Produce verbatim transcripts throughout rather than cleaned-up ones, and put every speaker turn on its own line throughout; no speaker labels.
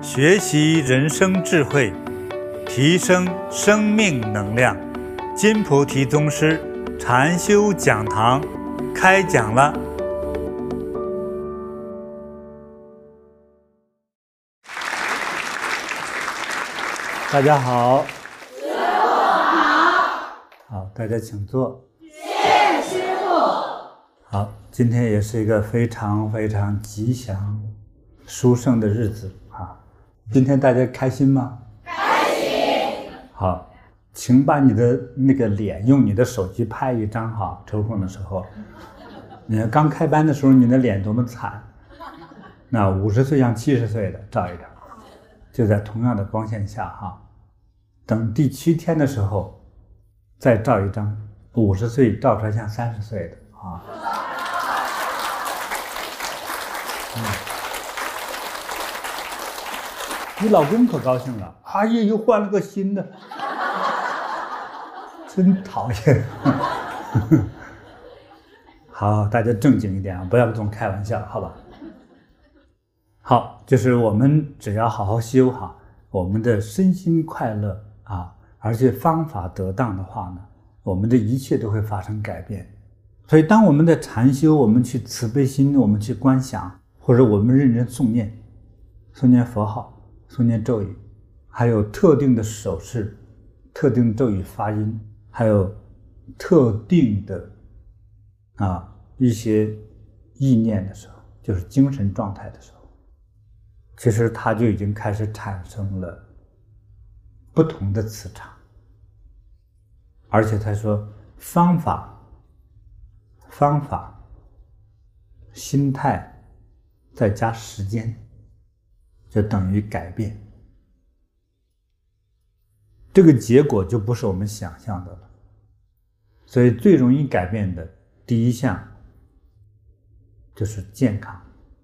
学习人生智慧，提升生命能量。金菩提宗师禅修讲堂开讲了。大家好。
师父好。
好，大家请坐。
谢师父。
好，今天也是一个非常非常吉祥、殊胜的日子啊！今天大家开心吗？
开心。
好，请把你的那个脸用你的手机拍一张哈，抽空的时候。你看刚开班的时候，你的脸多么惨。那五十岁像七十岁的照一张，就在同样的光线下哈。等第七天的时候，再照一张，五十岁照出来像三十岁的啊。嗯，你老公可高兴了，哎呀，又换了个新的，真讨厌。好，大家正经一点啊，不要总开玩笑，好吧？好，就是我们只要好好修哈，我们的身心快乐啊，而且方法得当的话呢，我们的一切都会发生改变。所以当我们的禅修，我们去慈悲心，我们去观想，或者我们认真诵念诵念佛号，诵念咒语，还有特定的手势，特定的咒语发音，还有特定的啊一些意念的时候，就是精神状态的时候，其实它就已经开始产生了不同的磁场。而且他说方法方法心态再加时间，就等于改变。这个结果就不是我们想象的了。所以最容易改变的第一项就是健康，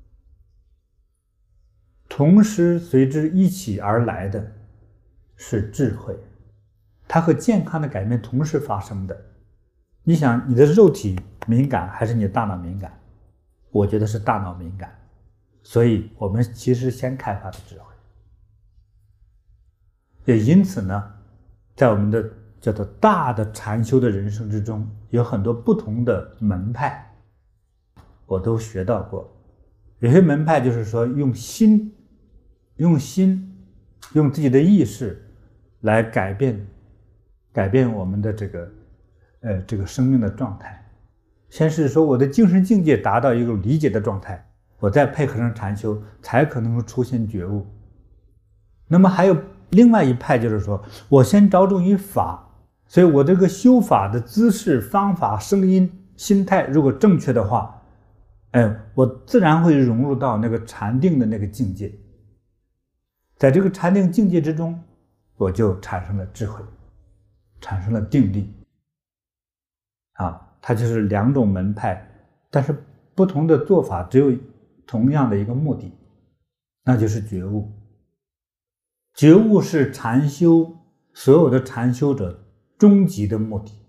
同时随之一起而来的是智慧，它和健康的改变同时发生的。你想，你的肉体敏感还是你的大脑敏感？我觉得是大脑敏感，所以我们其实先开发的智慧。也因此呢，在我们的叫做大的禅修的人生之中，有很多不同的门派，我都学到过。有些门派就是说用心用心用自己的意识来改变改变我们的这个呃这个生命的状态。先是说我的精神境界达到一个理解的状态，我再配合上禅修，才可能出现觉悟。那么还有另外一派，就是说我先着重于法，所以我这个修法的姿势、方法、声音、心态如果正确的话，哎，我自然会融入到那个禅定的那个境界。在这个禅定境界之中，我就产生了智慧，产生了定力。啊，它就是两种门派，但是不同的做法只有同样的一个目的，那就是觉悟。觉悟是禅修所有的禅修者终极的目的，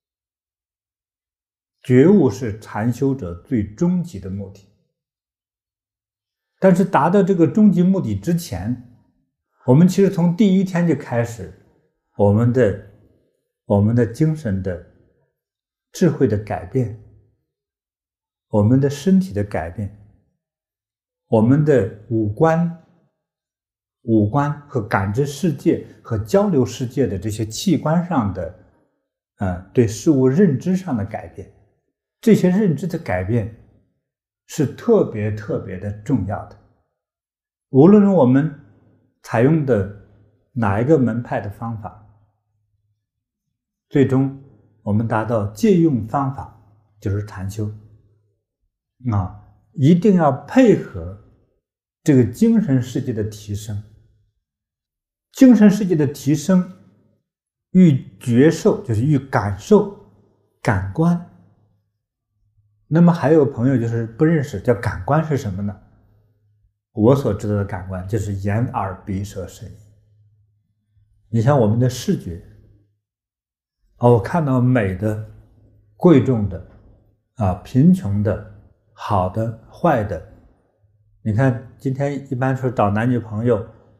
觉悟是禅修者最终极的目的。但是达到这个终极目的之前，我们其实从第一天就开始，我们的我们的精神的智慧的改变，我们的身体的改变，我们的五官五官和感知世界和交流世界的这些器官上的呃对事物认知上的改变，这些认知的改变是特别特别的重要的。无论我们采用的哪一个门派的方法，最终我们达到借用方法，就是禅修啊，一定要配合这个精神世界的提升。精神世界的提升与觉受，就是与感受、感官。那么还有朋友就是不认识，叫感官是什么呢？我所知道的感官就是眼、耳、鼻、舌、身、意。你像我们的视觉，哦，我看到美的、贵重的、啊贫穷的、好的、坏的。你看今天一般说找男女朋友，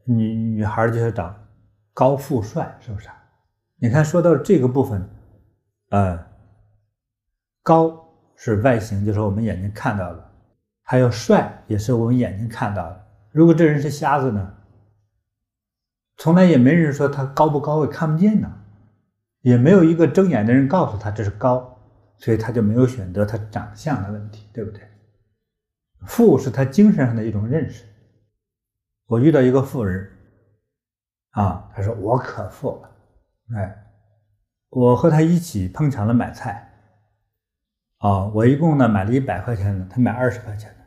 女女孩就是长高富帅，是不是？你看说到这个部分，呃，高是外形，就是我们眼睛看到的，还有帅也是我们眼睛看到的。如果这人是瞎子呢，从来也没人说他高不高，也看不见呢，也没有一个睁眼的人告诉他这是高，所以他就没有选择他长相的问题，对不对？富是他精神上的一种认识。我遇到一个富人啊，他说我可富了，哎，我和他一起碰巧了买菜啊，我一共呢买了一百块钱的，他买二十块钱的。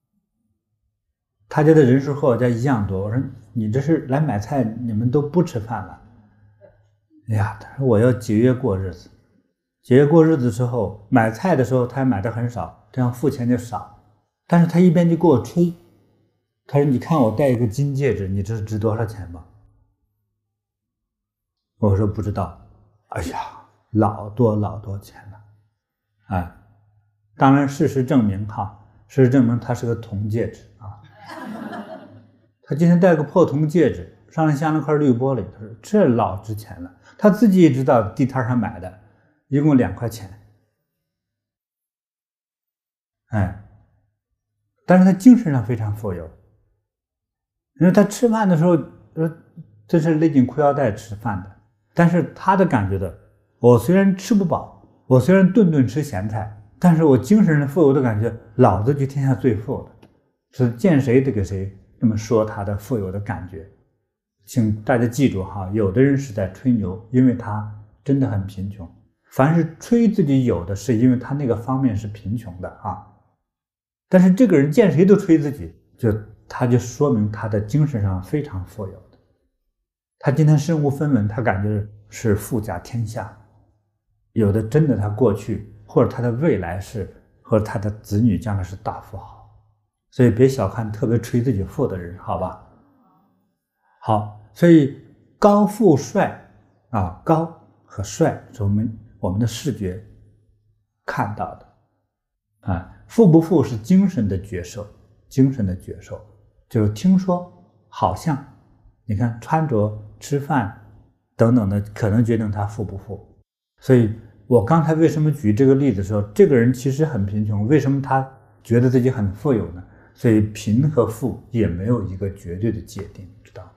他家的人数和我家一样多，我说你这是来买菜，你们都不吃饭了？哎呀，他说我要节约过日子，节约过日子之后，买菜的时候他还买的很少，这样付钱就少，但是他一边就给我吹。他说你看我戴一个金戒指，你知道值多少钱吗？我说不知道。哎呀，老多老多钱了。哎，当然事实证明哈，事实证明他是个铜戒指啊。他今天戴个破铜戒指，上面镶了块绿玻璃，他说这老值钱了。他自己也知道地摊上买的，一共两块钱。哎，但是他精神上非常富有。因为他吃饭的时候，呃，这是勒紧裤腰带吃饭的，但是他的感觉的，我虽然吃不饱，我虽然顿顿吃咸菜，但是我精神上富有的感觉，老子就天下最富的，是见谁得给谁这么说他的富有的感觉。请大家记住哈，有的人是在吹牛，因为他真的很贫穷。凡是吹自己有的，是因为他那个方面是贫穷的啊。但是这个人见谁都吹自己，就他就说明他的精神上非常富有的。他今天身无分文，他感觉是富甲天下。有的真的他过去或者他的未来是，或者他的子女将来是大富豪。所以别小看特别吹自己富的人，好吧？好，所以高富帅啊，高和帅是我们我们的视觉看到的啊。富不富是精神的觉受，精神的觉受就是听说，好像你看穿着、吃饭等等的，可能决定他富不富。所以我刚才为什么举这个例子的时候，这个人其实很贫穷，为什么他觉得自己很富有呢？所以贫和富也没有一个绝对的界定，知道吗？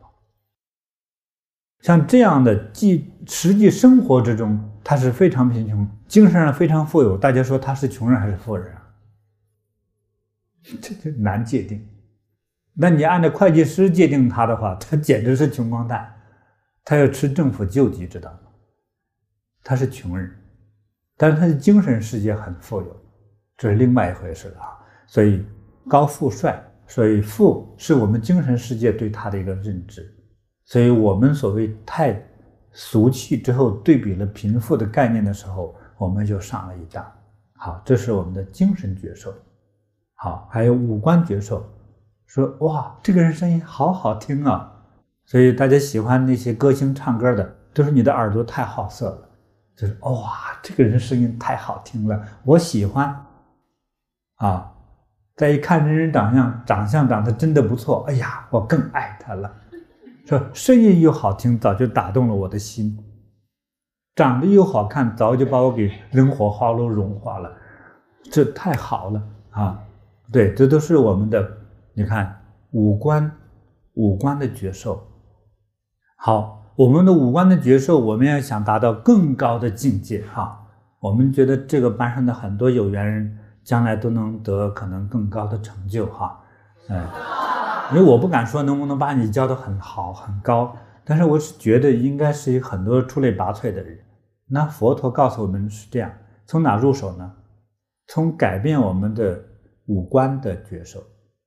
像这样的既实际生活之中他是非常贫穷，精神上非常富有，大家说他是穷人还是富人啊？这就难界定。那你按照会计师界定他的话，他简直是穷光蛋，他要吃政府救济，知道吗？他是穷人，但是他的精神世界很富有，这是另外一回事了啊。所以高富帅，所以富是我们精神世界对他的一个认知。所以我们所谓太俗气之后，对比了贫富的概念的时候，我们就上了一当。好，这是我们的精神觉受。好，还有五官觉受，说哇，这个人声音好好听啊，所以大家喜欢那些歌星唱歌的，都是你的耳朵太好色了，就是哇，这个人声音太好听了，我喜欢啊。再一看这人长相，长相长得真的不错，哎呀，我更爱他了。说声音又好听，早就打动了我的心；长得又好看，早就把我给扔火花炉融化了。这太好了啊！对，这都是我们的，你看五官，五官的觉受。好，我们的五官的觉受，我们要想达到更高的境界哈。我们觉得这个班上的很多有缘人，将来都能得可能更高的成就哈。嗯。因为我不敢说能不能把你教得很好很高，但是我是觉得应该是一个很多出类拔萃的人。那佛陀告诉我们是这样，从哪入手呢？从改变我们的五官的觉受。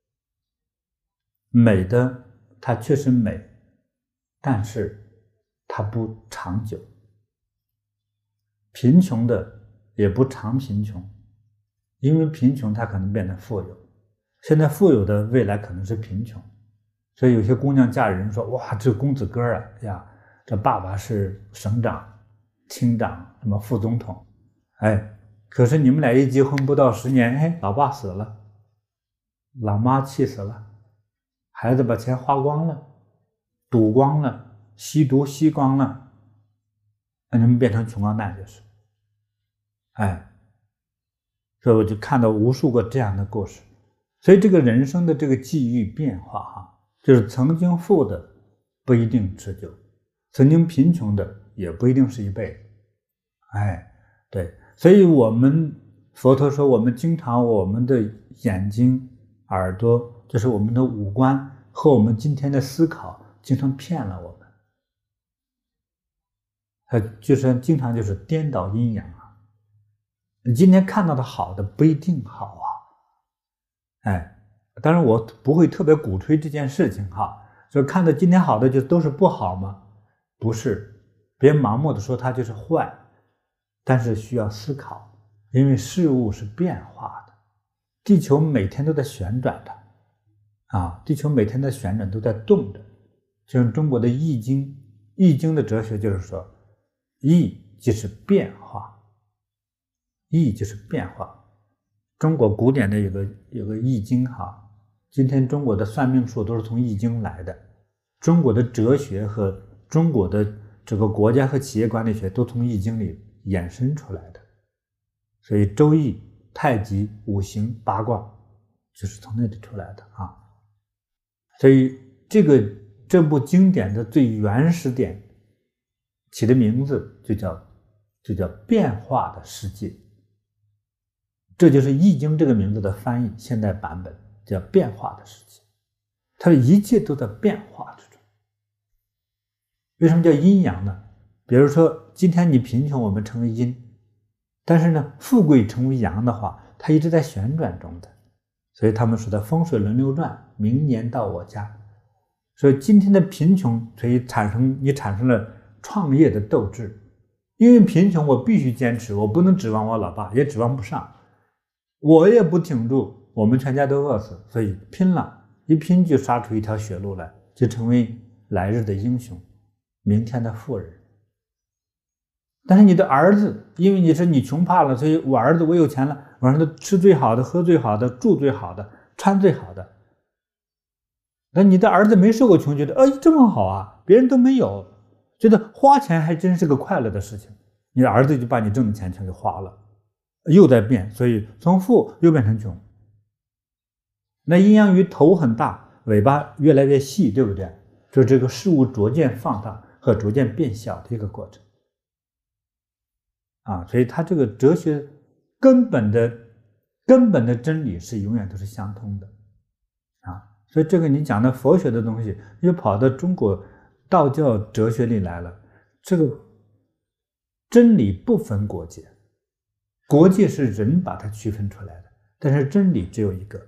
美的它确实美，但是它不长久。贫穷的也不长贫穷，因为贫穷它可能变得富有。现在富有的未来可能是贫穷，所以有些姑娘嫁人说，哇，这公子哥啊，呀，这爸爸是省长、厅长，什么副总统，哎，可是你们俩一结婚不到十年，哎，老爸死了，老妈气死了，孩子把钱花光了， 赌光了，吸毒吸光了，那你们变成穷光蛋就是。哎，所以我就看到无数个这样的故事。所以这个人生的这个际遇变化哈，就是曾经富的不一定持久，曾经贫穷的也不一定是一辈子。哎，对，所以我们佛陀说，我们经常我们的眼睛、耳朵，就是我们的五官和我们今天的思考，经常骗了我们。它就是经常就是颠倒阴阳啊。你今天看到的好的不一定好啊。哎，当然我不会特别鼓吹这件事情哈，就看到今天好的就都是不好吗？不是，别盲目的说它就是坏，但是需要思考，因为事物是变化的，地球每天都在旋转的啊，地球每天的旋转都在动的，就像中国的易经，易经的哲学就是说，易即是变化，易就是变化。中国古典的有个有个易经哈，今天中国的算命术都是从易经来的，中国的哲学和中国的这个国家和企业管理学都从易经里衍生出来的，所以周易、太极、五行、八卦就是从那里出来的啊。所以这个这部经典的最原始点起的名字就叫就叫变化的世界。这就是易经这个名字的翻译，现代版本叫变化的世界。它的一切都在变化之中。为什么叫阴阳呢？比如说今天你贫穷，我们称为阴，但是呢富贵成为阳的话，它一直在旋转中的，所以他们说的风水轮流转，明年到我家。所以今天的贫穷，所以产生你产生了创业的斗志，因为贫穷我必须坚持，我不能指望我老爸，也指望不上，我也不挺住，我们全家都饿死，所以拼了，一拼就杀出一条血路来，就成为来日的英雄，明天的富人。但是你的儿子，因为你是你穷怕了，所以我儿子我有钱了，我让他吃最好的，喝最好的，住最好的，穿最好的。那你的儿子没受过穷，觉得哎这么好啊，别人都没有，觉得花钱还真是个快乐的事情。你的儿子就把你挣的钱全给花了，又在变，所以从富又变成穷。那阴阳鱼头很大，尾巴越来越细，对不对？就这个事物逐渐放大和逐渐变小的一个过程啊，所以它这个哲学根本的根本的真理是永远都是相通的啊。所以这个你讲的佛学的东西又跑到中国道教哲学里来了，这个真理不分国界，国界是人把它区分出来的，但是真理只有一个。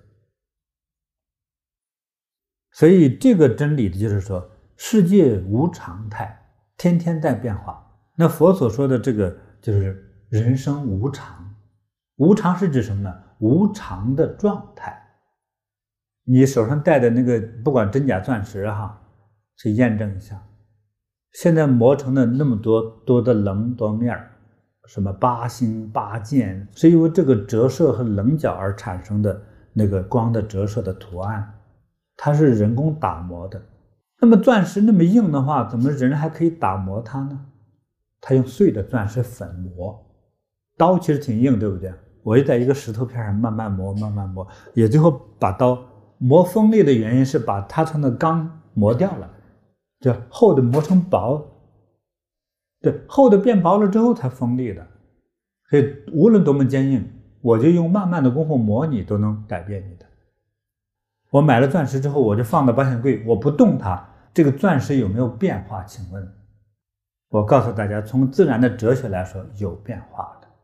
所以这个真理就是说，世界无常态，天天在变化。那佛所说的这个就是人生无常，无常是指什么呢？无常的状态。你手上戴的那个不管真假钻石哈，去验证一下，现在磨成了那么多多的棱多面，什么八星八箭，是因为这个折射和棱角而产生的那个光的折射的图案，它是人工打磨的。那么钻石那么硬的话，怎么人还可以打磨它呢？他用碎的钻石粉磨，刀其实挺硬，对不对？我就在一个石头片上慢慢磨慢慢磨，也最后把刀磨锋利的原因是把它从那钢磨掉了，就厚的磨成薄，对，厚的变薄了之后才锋利的。所以无论多么坚硬，我就用慢慢的功夫磨你都能改变你的。我买了钻石之后，我就放到保险柜，我不动它，这个钻石有没有变化？请问，我告诉大家，从自然的哲学来说，有变化的。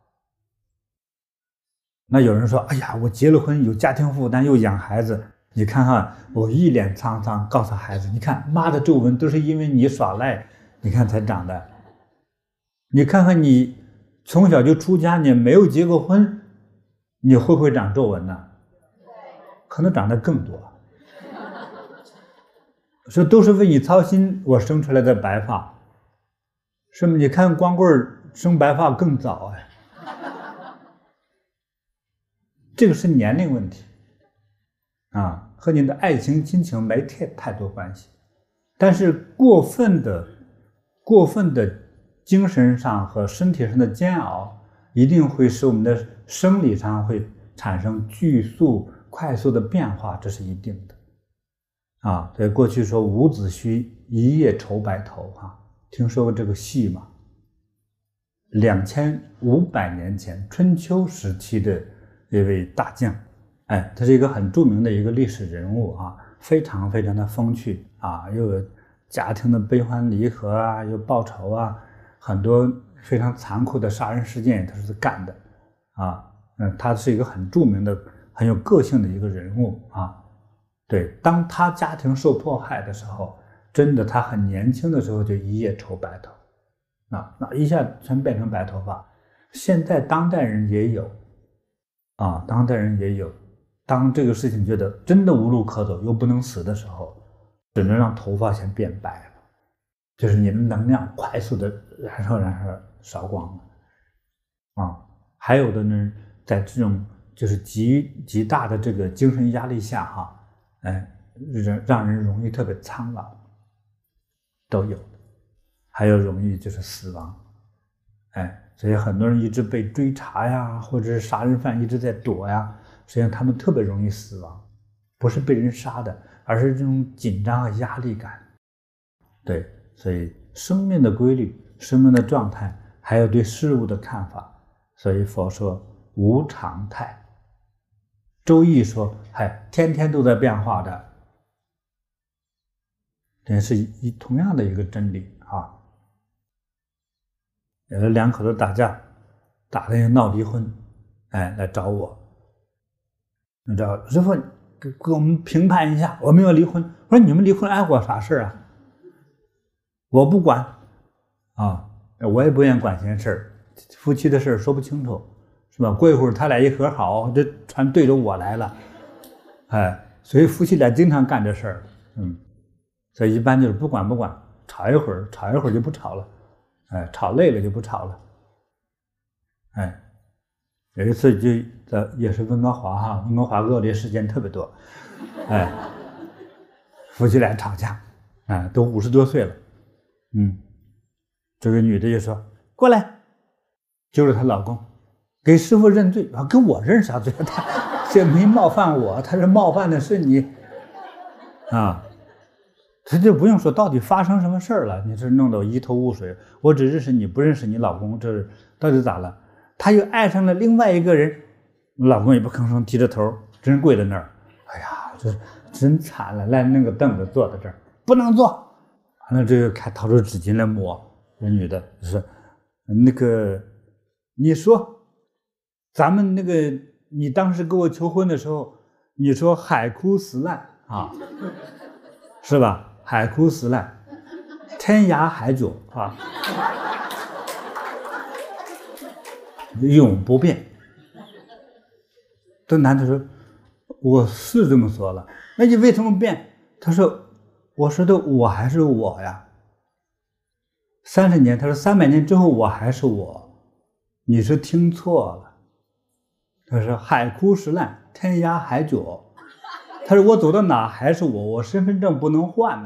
那有人说，哎呀，我结了婚，有家庭负担，又养孩子，你看看我一脸沧桑，告诉孩子，你看妈的皱纹都是因为你耍赖，你看才长的。你看看你从小就出家，你没有结过婚，你会不会长皱纹呢？可能长得更多。说都是为你操心，我生出来的白发，是吗？你看光棍生白发更早哎，这个是年龄问题啊，和你的爱情亲情没太太多关系。 但是过分的、过分的精神上和身体上的煎熬，一定会使我们的生理上会产生剧速、快速的变化，这是一定的。啊，所以过去说伍子胥一夜愁白头啊，听说过这个戏吗？两千五百年前春秋时期的一位大将，哎，他是一个很著名的一个历史人物啊，非常非常的风趣啊，又有家庭的悲欢离合啊，又报仇啊，很多非常残酷的杀人事件他是干的啊，嗯，他是一个很著名的、很有个性的一个人物啊。对，当他家庭受迫害的时候，真的他很年轻的时候就一夜愁白头，啊，那一下全变成白头发。现在当代人也有，啊，当代人也有，当这个事情觉得真的无路可走又不能死的时候，只能让头发先变白了，就是你的能量快速的燃烧燃烧烧光了，啊，还有的呢，在这种就是极极大的这个精神压力下哈。哎，让让人容易特别苍老，都有，还有容易就是死亡，哎，所以很多人一直被追查呀，或者是杀人犯一直在躲呀，实际上他们特别容易死亡，不是被人杀的，而是这种紧张和压力感。对，所以生命的规律、生命的状态，还有对事物的看法，所以佛说无常态。周易说：“嗨，天天都在变化的，这是一同样的一个真理啊。”有的两口子打架，打的闹离婚，哎，来找我，你知道，师傅给给我们评判一下，我们要离婚。我说你们离婚碍我啥事啊？我不管啊，我也不愿意管闲事，夫妻的事说不清楚。是吧？过一会儿他俩一和好，这全对着我来了，哎，所以夫妻俩经常干这事儿，嗯，所以一般就是不管不管，吵一会儿，吵一会儿就不吵了，哎，吵累了就不吵了，哎，有一次就在也是温哥华哈，温哥华恶劣事件特别多，哎，夫妻俩吵架，哎，都五十多岁了，嗯，这个女的就说过来，揪着她老公。给师父认罪啊，跟我认啥罪？他这没冒犯我，他是冒犯的是你啊！他就不用说到底发生什么事儿了，你这弄得我一头雾水。我只认识你，不认识你老公，这是到底咋了？他又爱上了另外一个人，老公也不吭声，低着头，真跪在那儿。哎呀，这真惨了！来，那个凳子坐在这儿，不能坐。完了，这个开掏出纸巾来抹。这女的就是那个，你说。咱们那个，你当时给我求婚的时候，你说海枯石烂啊，是吧？海枯石烂，天涯海角啊，永不变。这男的说：“我是这么说了，那你为什么变？”他说：“我说的我还是我呀。三十年，他说三百年之后我还是我，你是听错了。”他说：“海枯石烂，天涯海角。”他说：“我走到哪还是我，我身份证不能换的。”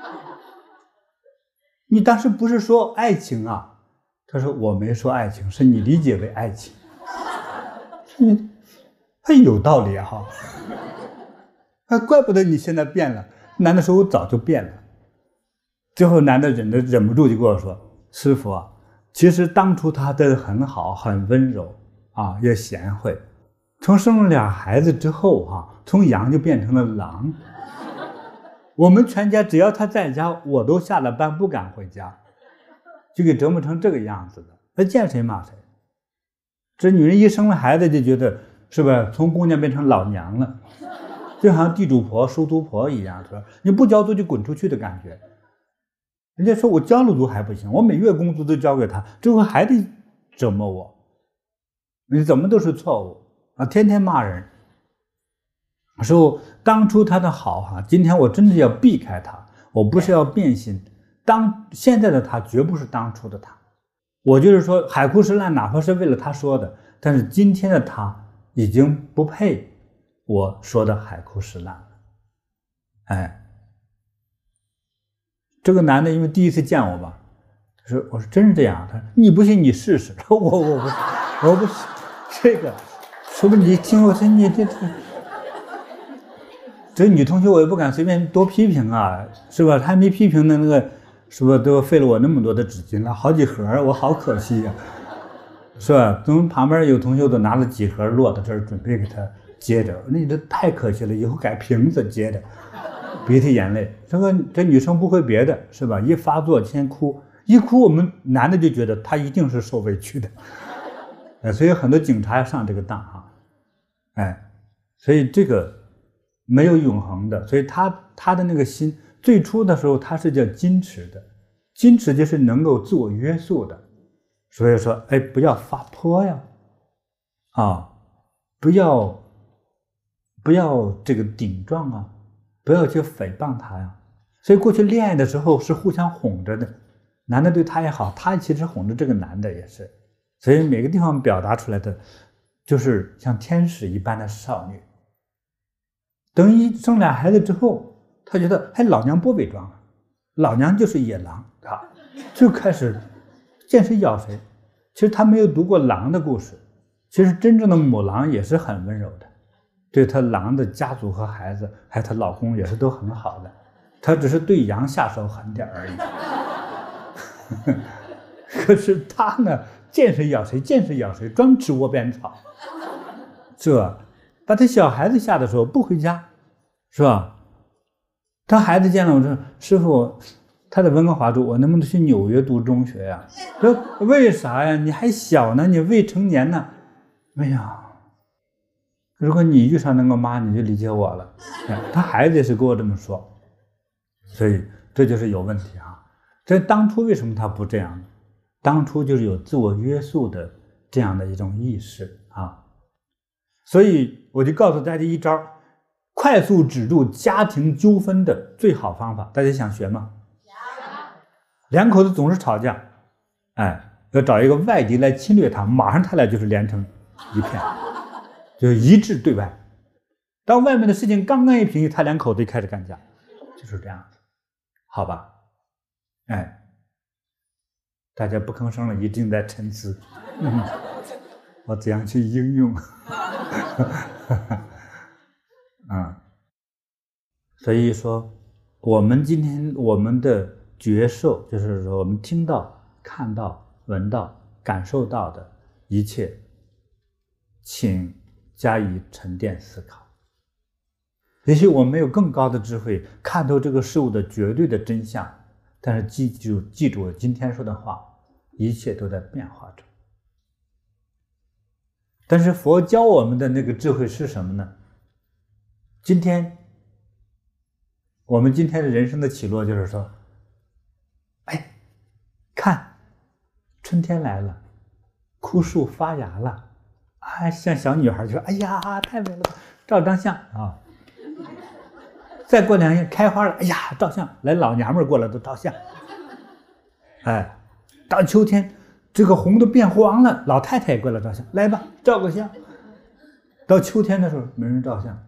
你当时不是说爱情啊？他说：“我没说爱情，是你理解为爱情。”你很有道理哈、啊，怪不得你现在变了。男的说：“我早就变了。”最后男的忍着忍不住就跟我说：“师父啊，其实当初他真的很好，很温柔。”啊，也贤惠，从生了俩孩子之后哈、啊，从羊就变成了狼。我们全家只要他在家，我都下了班不敢回家，就给折磨成这个样子的。他见谁骂谁。这女人一生了孩子就觉得是吧，从姑娘变成老娘了，就好像地主婆、收租婆一样，说你不交租就滚出去的感觉。人家说我交了租还不行，我每月工资都交给他，最后还得折磨我。你怎么都是错误啊！天天骂人，说当初他的好哈、啊，今天我真的要避开他，我不是要变心。当现在的他绝不是当初的他，我就是说海枯石烂，哪怕是为了他说的，但是今天的他已经不配我说的海枯石烂了。哎， 这个男的因为第一次见我吧，他说我说真是这样，他说你不信你试试，我我我不我不是这个，说不定你听我说你这这。这女同学我也不敢随便多批评啊，是吧？她还没批评的那个，是吧？都费了我那么多的纸巾了，好几盒，我好可惜呀、啊，是吧？从旁边有同学都拿了几盒落到这儿，准备给她接着，那这太可惜了，以后改瓶子接着，鼻涕眼泪。这个这女生不会别的，是吧？一发作先哭，一哭我们男的就觉得她一定是受委屈的，哎，所以很多警察要上这个当哈，哎，所以这个。没有永恒的，所以他他的那个心最初的时候他是叫矜持的，矜持就是能够自我约束的，所以说哎不要发泼呀，啊不要不要这个顶撞啊，不要去诽谤他呀。所以过去恋爱的时候是互相哄着的，男的对他也好，他其实哄着这个男的也是，所以每个地方表达出来的就是像天使一般的少女。等一生俩孩子之后，他觉得，哎，老娘不伪装了，老娘就是野狼啊，就开始见谁咬谁。其实他没有读过狼的故事，其实真正的母狼也是很温柔的，对他狼的家族和孩子，还有她老公也是都很好的，他只是对羊下手狠点而已。可是他呢，见谁咬谁，见谁咬谁，专吃窝边草，是吧？把他小孩子吓的时候不回家，是吧？他孩子见了我说：“师傅，他在温哥华住，我能不能去纽约读中学呀？”说：“为啥呀？你还小呢，你未成年呢。”哎呀，如果你遇上那个妈，你就理解我了。他孩子也是跟我这么说，所以这就是有问题啊。这当初为什么他不这样呢？当初就是有自我约束的这样的一种意识啊。所以我就告诉大家一招，快速止住家庭纠纷的最好方法，大家想学吗？两口子总是吵架，哎，要找一个外敌来侵略他，马上他俩就是连成一片，就一致对外。当外面的事情刚刚一平息，他两口子就开始干架，就是这样子，好吧？哎，大家不吭声了，一定在沉思。嗯我怎样去应用？啊，所以说，我们今天我们的觉受，就是说我们听到、看到、闻到、感受到的一切，请加以沉淀思考。也许我们没有更高的智慧，看透这个事物的绝对的真相，但是记住记住我今天说的话，一切都在变化中。但是佛教我们的那个智慧是什么呢？今天我们今天的人生的起落就是说，哎，看春天来了，枯树发芽了，啊，像小女孩就说，哎呀，太美了，照张相啊。再过两天开花了，哎呀，照相，来老娘们过来都照相。哎，到秋天这个红都变黄了，老太太也过来照相，来吧，照个相。到秋天的时候没人照相，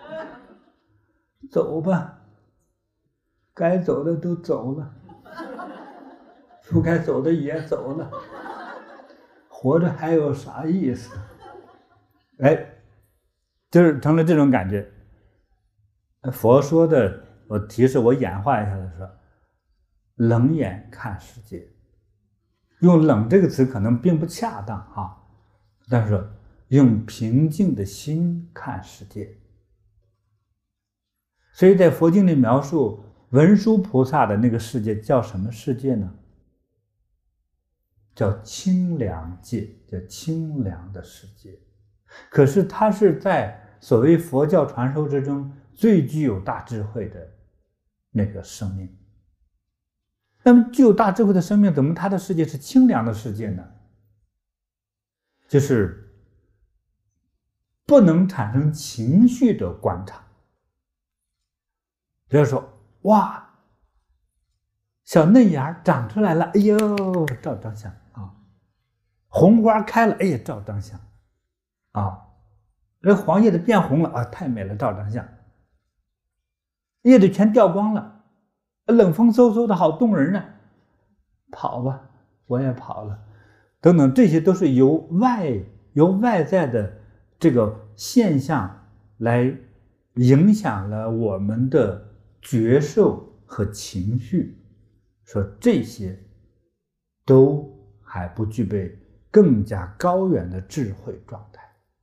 走吧，该走的都走了，不该走的也走了，活着还有啥意思？哎，就是成了这种感觉。佛说的，我提示我演化一下的说，冷眼看世界。用冷这个词可能并不恰当啊，但是用平静的心看世界。所以在佛经里描述文殊菩萨的那个世界叫什么世界呢？叫清凉界，叫清凉的世界。可是它是在所谓佛教传说之中最具有大智慧的那个生命。那么具有大智慧的生命，怎么他的世界是清凉的世界呢？就是不能产生情绪的观察。比如说，哇，小嫩芽长出来了，哎呦，照张相啊！红花开了，哎呀，照张相啊！这黄叶子变红了啊，太美了，照张相。叶子全掉光了， 冷风嗖嗖的好动人啊，跑吧，我也跑了，等等，这些都是由外由外在的这个现象来影响了我们的觉受和情绪，说这些都还不具备更加高远的智慧状态。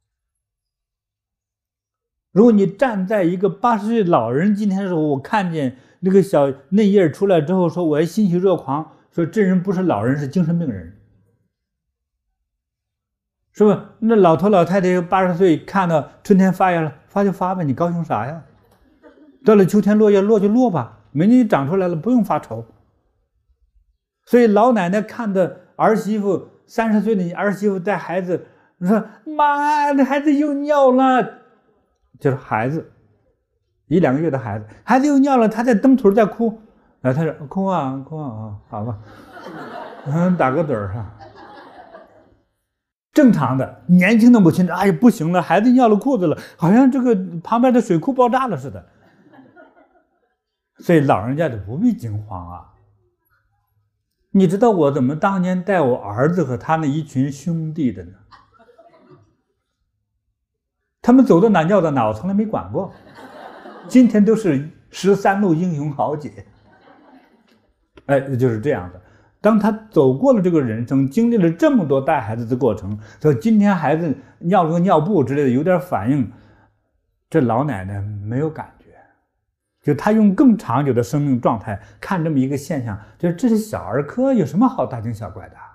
如果你站在一个八十岁老人今天的时候，我看见那个小内页出来之后，说我还欣喜若狂，说这人不是老人，是精神病人，是吧？那老头老太太八十岁，看到春天发芽了，发就发吧，你高兴啥呀？到了秋天落叶，落就落吧，明年长出来了，不用发愁。所以老奶奶看的儿媳妇，三十岁的儿媳妇带孩子，说妈，这孩子又尿了，就是孩子一两个月的孩子，孩子又尿了，他在蹬腿在哭，然后他说哭啊哭啊，好吧，嗯，打个盹儿哈。正常的年轻的母亲，哎呀不行了，孩子尿了裤子了，好像这个旁边的水库爆炸了似的。所以老人家就不必惊慌啊。你知道我怎么当年带我儿子和他那一群兄弟的呢？他们走到哪尿到哪，我从来没管过。今天都是十三路英雄豪杰，哎，就是这样的。当他走过了这个人生，经历了这么多带孩子的过程，说今天孩子尿了个尿布之类的有点反应，这老奶奶没有感觉，就他用更长久的生命状态看这么一个现象，就是这是小儿科，有什么好大惊小怪的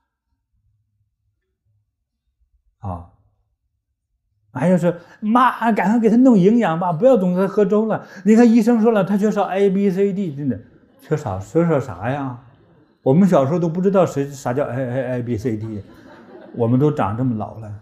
啊？还有说妈，赶快给他弄营养吧，不要总是喝粥了。你看医生说了，他缺少 A B C D， 真的缺少缺少啥呀？我们小时候都不知道谁啥叫 A A A B C D， 我们都长这么老了，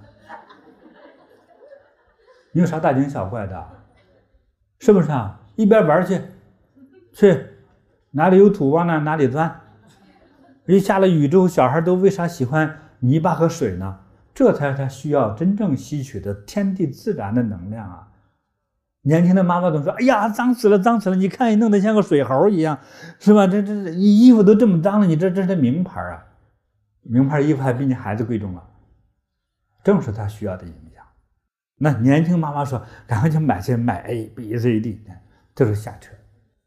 你有啥大惊小怪的？是不是啊？一边玩去，去哪里有土往哪哪里钻。一下了雨之后，小孩都为啥喜欢泥巴和水呢？这才是他需要真正吸取的天地自然的能量啊！年轻的妈妈总说：“哎呀，脏死了，脏死了！你看你弄得像个水猴一样，是吧？这这你衣服都这么脏了，你这这是名牌啊！名牌衣服还比你孩子贵重了，正是他需要的营养。那年轻妈妈说：赶快去买去买 A B C D， 这是瞎扯。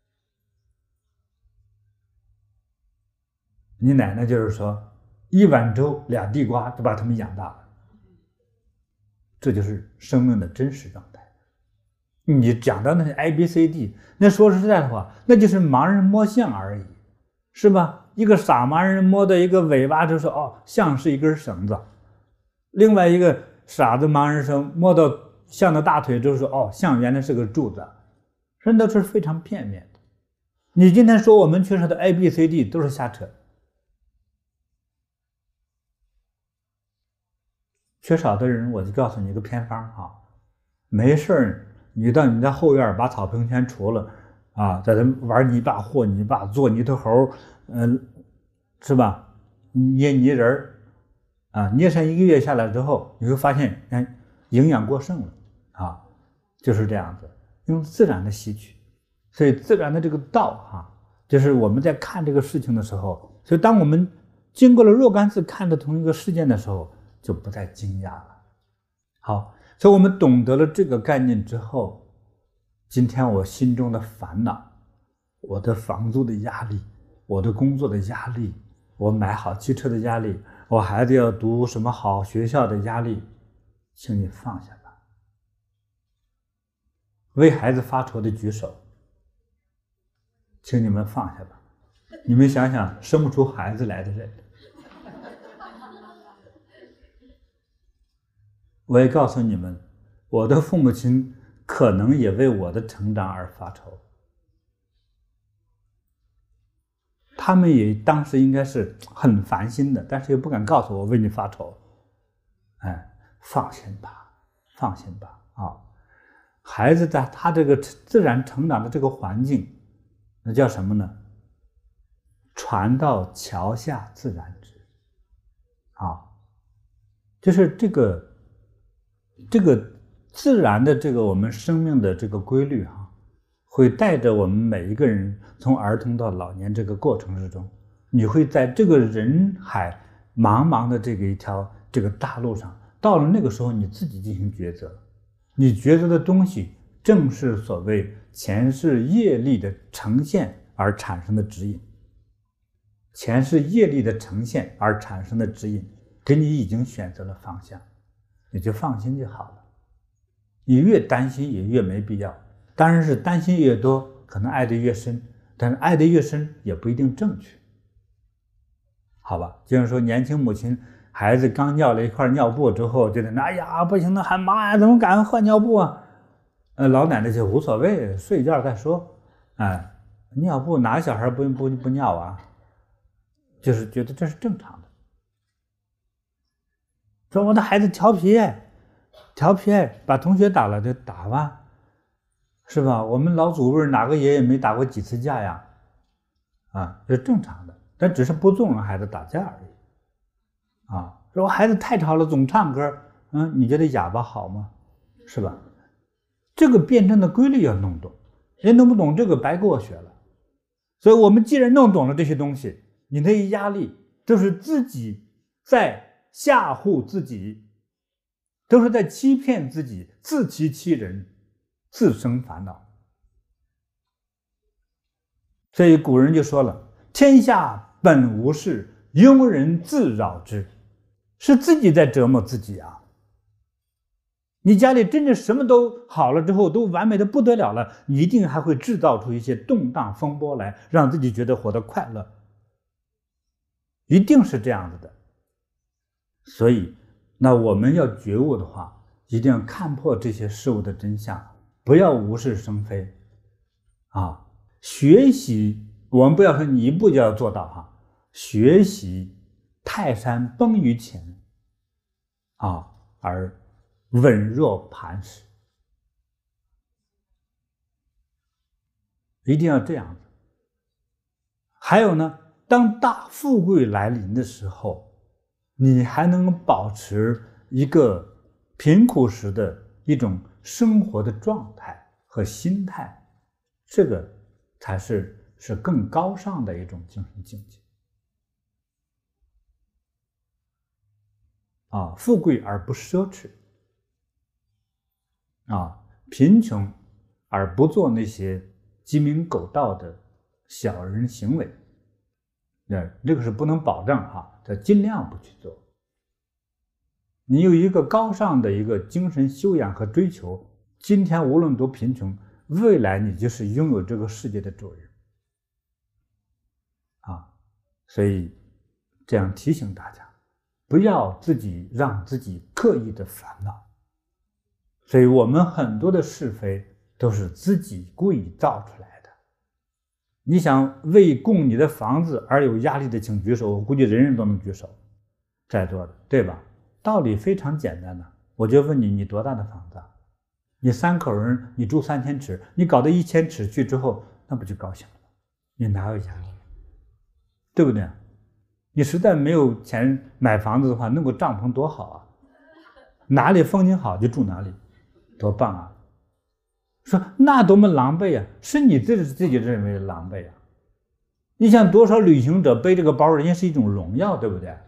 你奶奶就是说，一碗粥俩地瓜就把他们养大了，这就是生命的真实状态。你讲到那 A B C D， 那说实在的话，那就是盲人摸象而已，是吧？一个傻盲人摸的一个尾巴就说哦，象是一根绳子，另外一个傻子盲人生摸到象的大腿就说哦，象原来是个柱子，这都是非常片面的。你今天说我们缺少的 A B C D 都是瞎扯。缺少的人，我就告诉你一个偏方啊，没事儿，你到你家后院把草坪全除了啊，在这玩泥巴、和泥巴、做泥头猴，嗯、呃，是吧？捏泥人啊，捏上一个月下来之后，你会发现，哎，营养过剩了啊，就是这样子，用自然的吸取。所以自然的这个道哈，就是我们在看这个事情的时候，所以当我们经过了若干次看的同一个事件的时候，就不再惊讶了。好，所以我们懂得了这个概念之后，今天我心中的烦恼，我的房租的压力，我的工作的压力，我买好汽车的压力，我孩子要读什么好学校的压力，请你放下吧。为孩子发愁的举手，请你们放下吧。你们想想，生不出孩子来的人，我也告诉你们，我的父母亲可能也为我的成长而发愁，他们也当时应该是很烦心的，但是又不敢告诉我为你发愁。哎，放心吧，放心吧啊！孩子在他这个自然成长的这个环境，那叫什么呢？船到桥下自然直啊，就是这个。这个自然的这个我们生命的这个规律哈、啊， 会带着我们每一个人从儿童到老年这个过程之中，你会在这个人海茫茫的这个一条这个大路上，到了那个时候你自己进行抉择，你抉择的东西正是所谓前世业力的呈现而产生的指引，前世业力的呈现而产生的指引，给你已经选择了方向，你就放心就好了。你越担心也越没必要，当然是担心越多，可能爱得越深，但是爱得越深也不一定正确，好吧？就是说，年轻母亲孩子刚尿了一块尿布之后，就在那，哎呀，不行了，喊妈呀，怎么敢换尿布啊？呃，老奶奶就无所谓，睡一觉再说。哎，尿布哪个小孩不不不尿啊？就是觉得这是正常的。说我的孩子调皮，调皮，把同学打了就打吧，是吧？我们老祖辈哪个爷爷没打过几次架呀？啊，这是正常的，但只是不纵容孩子打架而已。啊，说我孩子太吵了，总唱歌，嗯，你觉得哑巴好吗？是吧？这个辩证的规律要弄懂，人弄不懂这个白给我学了。所以我们既然弄懂了这些东西，你那些压力都是自己在吓唬自己，都是在欺骗自己，自欺欺人，自生烦恼。所以古人就说了，天下本无事，庸人自扰之，是自己在折磨自己啊。你家里真正什么都好了之后，都完美的不得了了，你一定还会制造出一些动荡风波来，让自己觉得活得快乐，一定是这样子的。所以那我们要觉悟的话，一定要看破这些事物的真相，不要无事生非啊！学习，我们不要说你一步就要做到哈，学习泰山崩于前啊，而稳若磐石，一定要这样子。还有呢，当大富贵来临的时候，你还能保持一个贫苦时的一种生活的状态和心态，这个才是是更高尚的一种精神境界啊！富贵而不奢侈啊，贫穷而不做那些鸡鸣狗盗的小人行为，那这个是不能保证哈，这尽量不去做。你有一个高尚的一个精神修养和追求，今天无论多贫穷，未来你就是拥有这个世界的主人啊！所以这样提醒大家，不要自己让自己刻意的烦恼。所以我们很多的是非都是自己故意造出来的。你想为供你的房子而有压力的，请举手，我估计人人都能举手，在座的，对吧？道理非常简单的，我就问你，你多大的房子？你三口人，你住三千尺，你搞到一千尺去之后，那不就高兴了吗？你哪有压力？对不对？你实在没有钱买房子的话，弄个帐篷多好啊！哪里风景好就住哪里，多棒啊！说那多么狼狈啊，是你自己自己认为的狼狈啊！你想多少旅行者背这个包，人家是一种荣耀，对不对？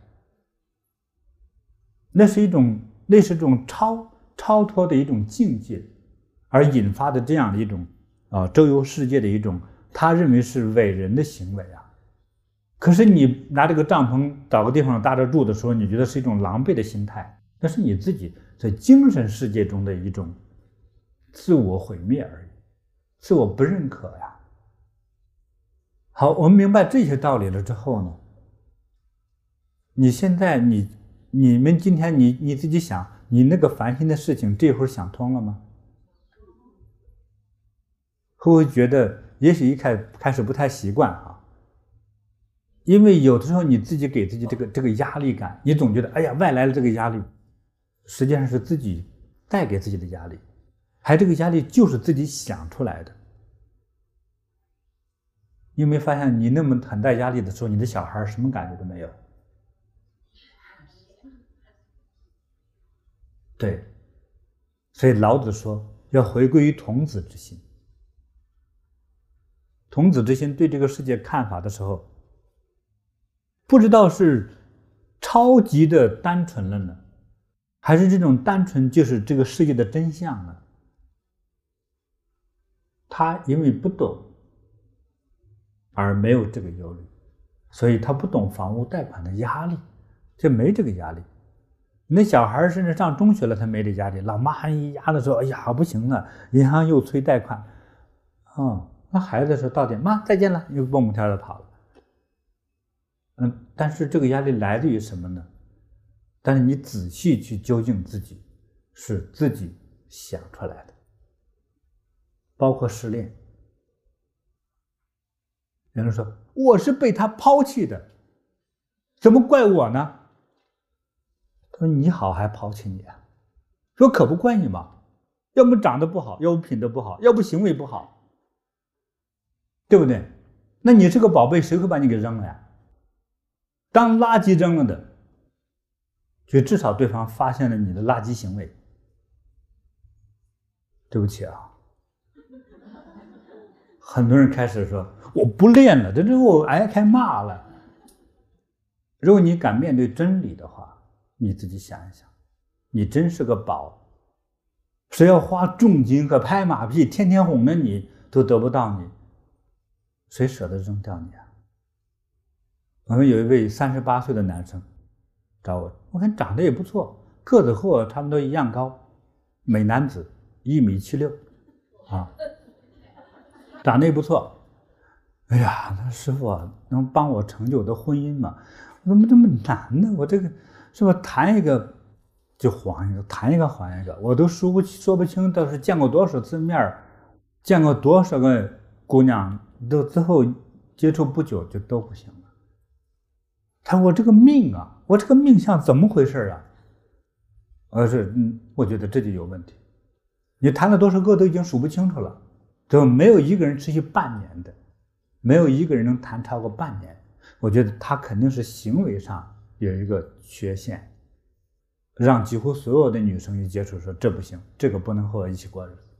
那是一种，那是一种超超脱的一种境界，而引发的这样的一种啊周游世界的一种他认为是伟人的行为啊。可是你拿这个帐篷找个地方搭着住的时候，你觉得是一种狼狈的心态，那是你自己在精神世界中的一种自我毁灭而已，自我不认可呀。好，我们明白这些道理了之后呢，你现在你你们今天你你自己想，你那个烦心的事情这会儿想通了吗？会不会觉得也许一开开始不太习惯啊？因为有的时候你自己给自己这个这个压力感，你总觉得哎呀外来的这个压力，实际上是自己带给自己的压力，还这个压力就是自己想出来的。你有没有发现，你那么很大压力的时候，你的小孩什么感觉都没有？对，所以老子说要回归于童子之心童子之心对这个世界看法的时候，不知道是超级的单纯了呢，还是这种单纯就是这个世界的真相呢？他因为不懂而没有这个忧虑，所以他不懂房屋贷款的压力，就没这个压力。那小孩甚至上中学了，他没这压力。老妈一压的时候，哎呀，不行了，银行又催贷款，哦，那孩子说到点，妈再见了，又蹦蹦跳跳跑了。嗯，但是这个压力来自于什么呢？但是你仔细去究竟自己，是自己想出来的，包括失恋。有人说我是被他抛弃的，怎么怪我呢？他说你好还抛弃你啊？说可不怪你嘛，要不长得不好，要不品德不好，要不行为不好，对不对？那你是个宝贝，谁会把你给扔了呀？当垃圾扔了的，就至少对方发现了你的垃圾行为。对不起啊，很多人开始说我不练了，这这我挨开骂了。如果你敢面对真理的话，你自己想一想，你真是个宝，谁要花重金和拍马屁，天天哄着你都得不到你，谁舍得扔掉你啊？我们有一位三十八岁的男生找我，我看长得也不错，个子和我差不多一样高，美男子，一米七六，啊，长得也不错。哎呀，他说师傅啊，能帮我成就我的婚姻吗？我怎么这么难呢？我这个是吧，谈一个就黄一个，谈一个黄一个，我都说不说不清，倒是见过多少次面，见过多少个姑娘，都之后接触不久就都不行了。他说我这个命啊，我这个命相怎么回事啊？我说嗯，我觉得这就有问题。你谈了多少个都已经数不清楚了，就没有一个人持续半年的，没有一个人能谈超过半年。我觉得他肯定是行为上有一个缺陷，让几乎所有的女生一接触说这不行，这个不能和我一起过日子。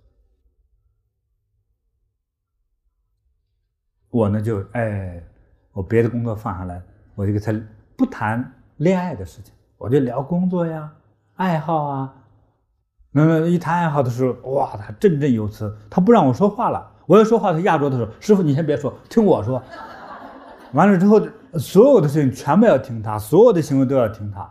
我呢就哎，我别的工作放下来，我就跟他不谈恋爱的事情，我就聊工作呀、爱好啊。那么一谈爱好的时候，哇，他振振有词，他不让我说话了。我要说话，他压着的时候，师傅你先别说，听我说。完了之后，所有的事情全部要听他，所有的行为都要听他。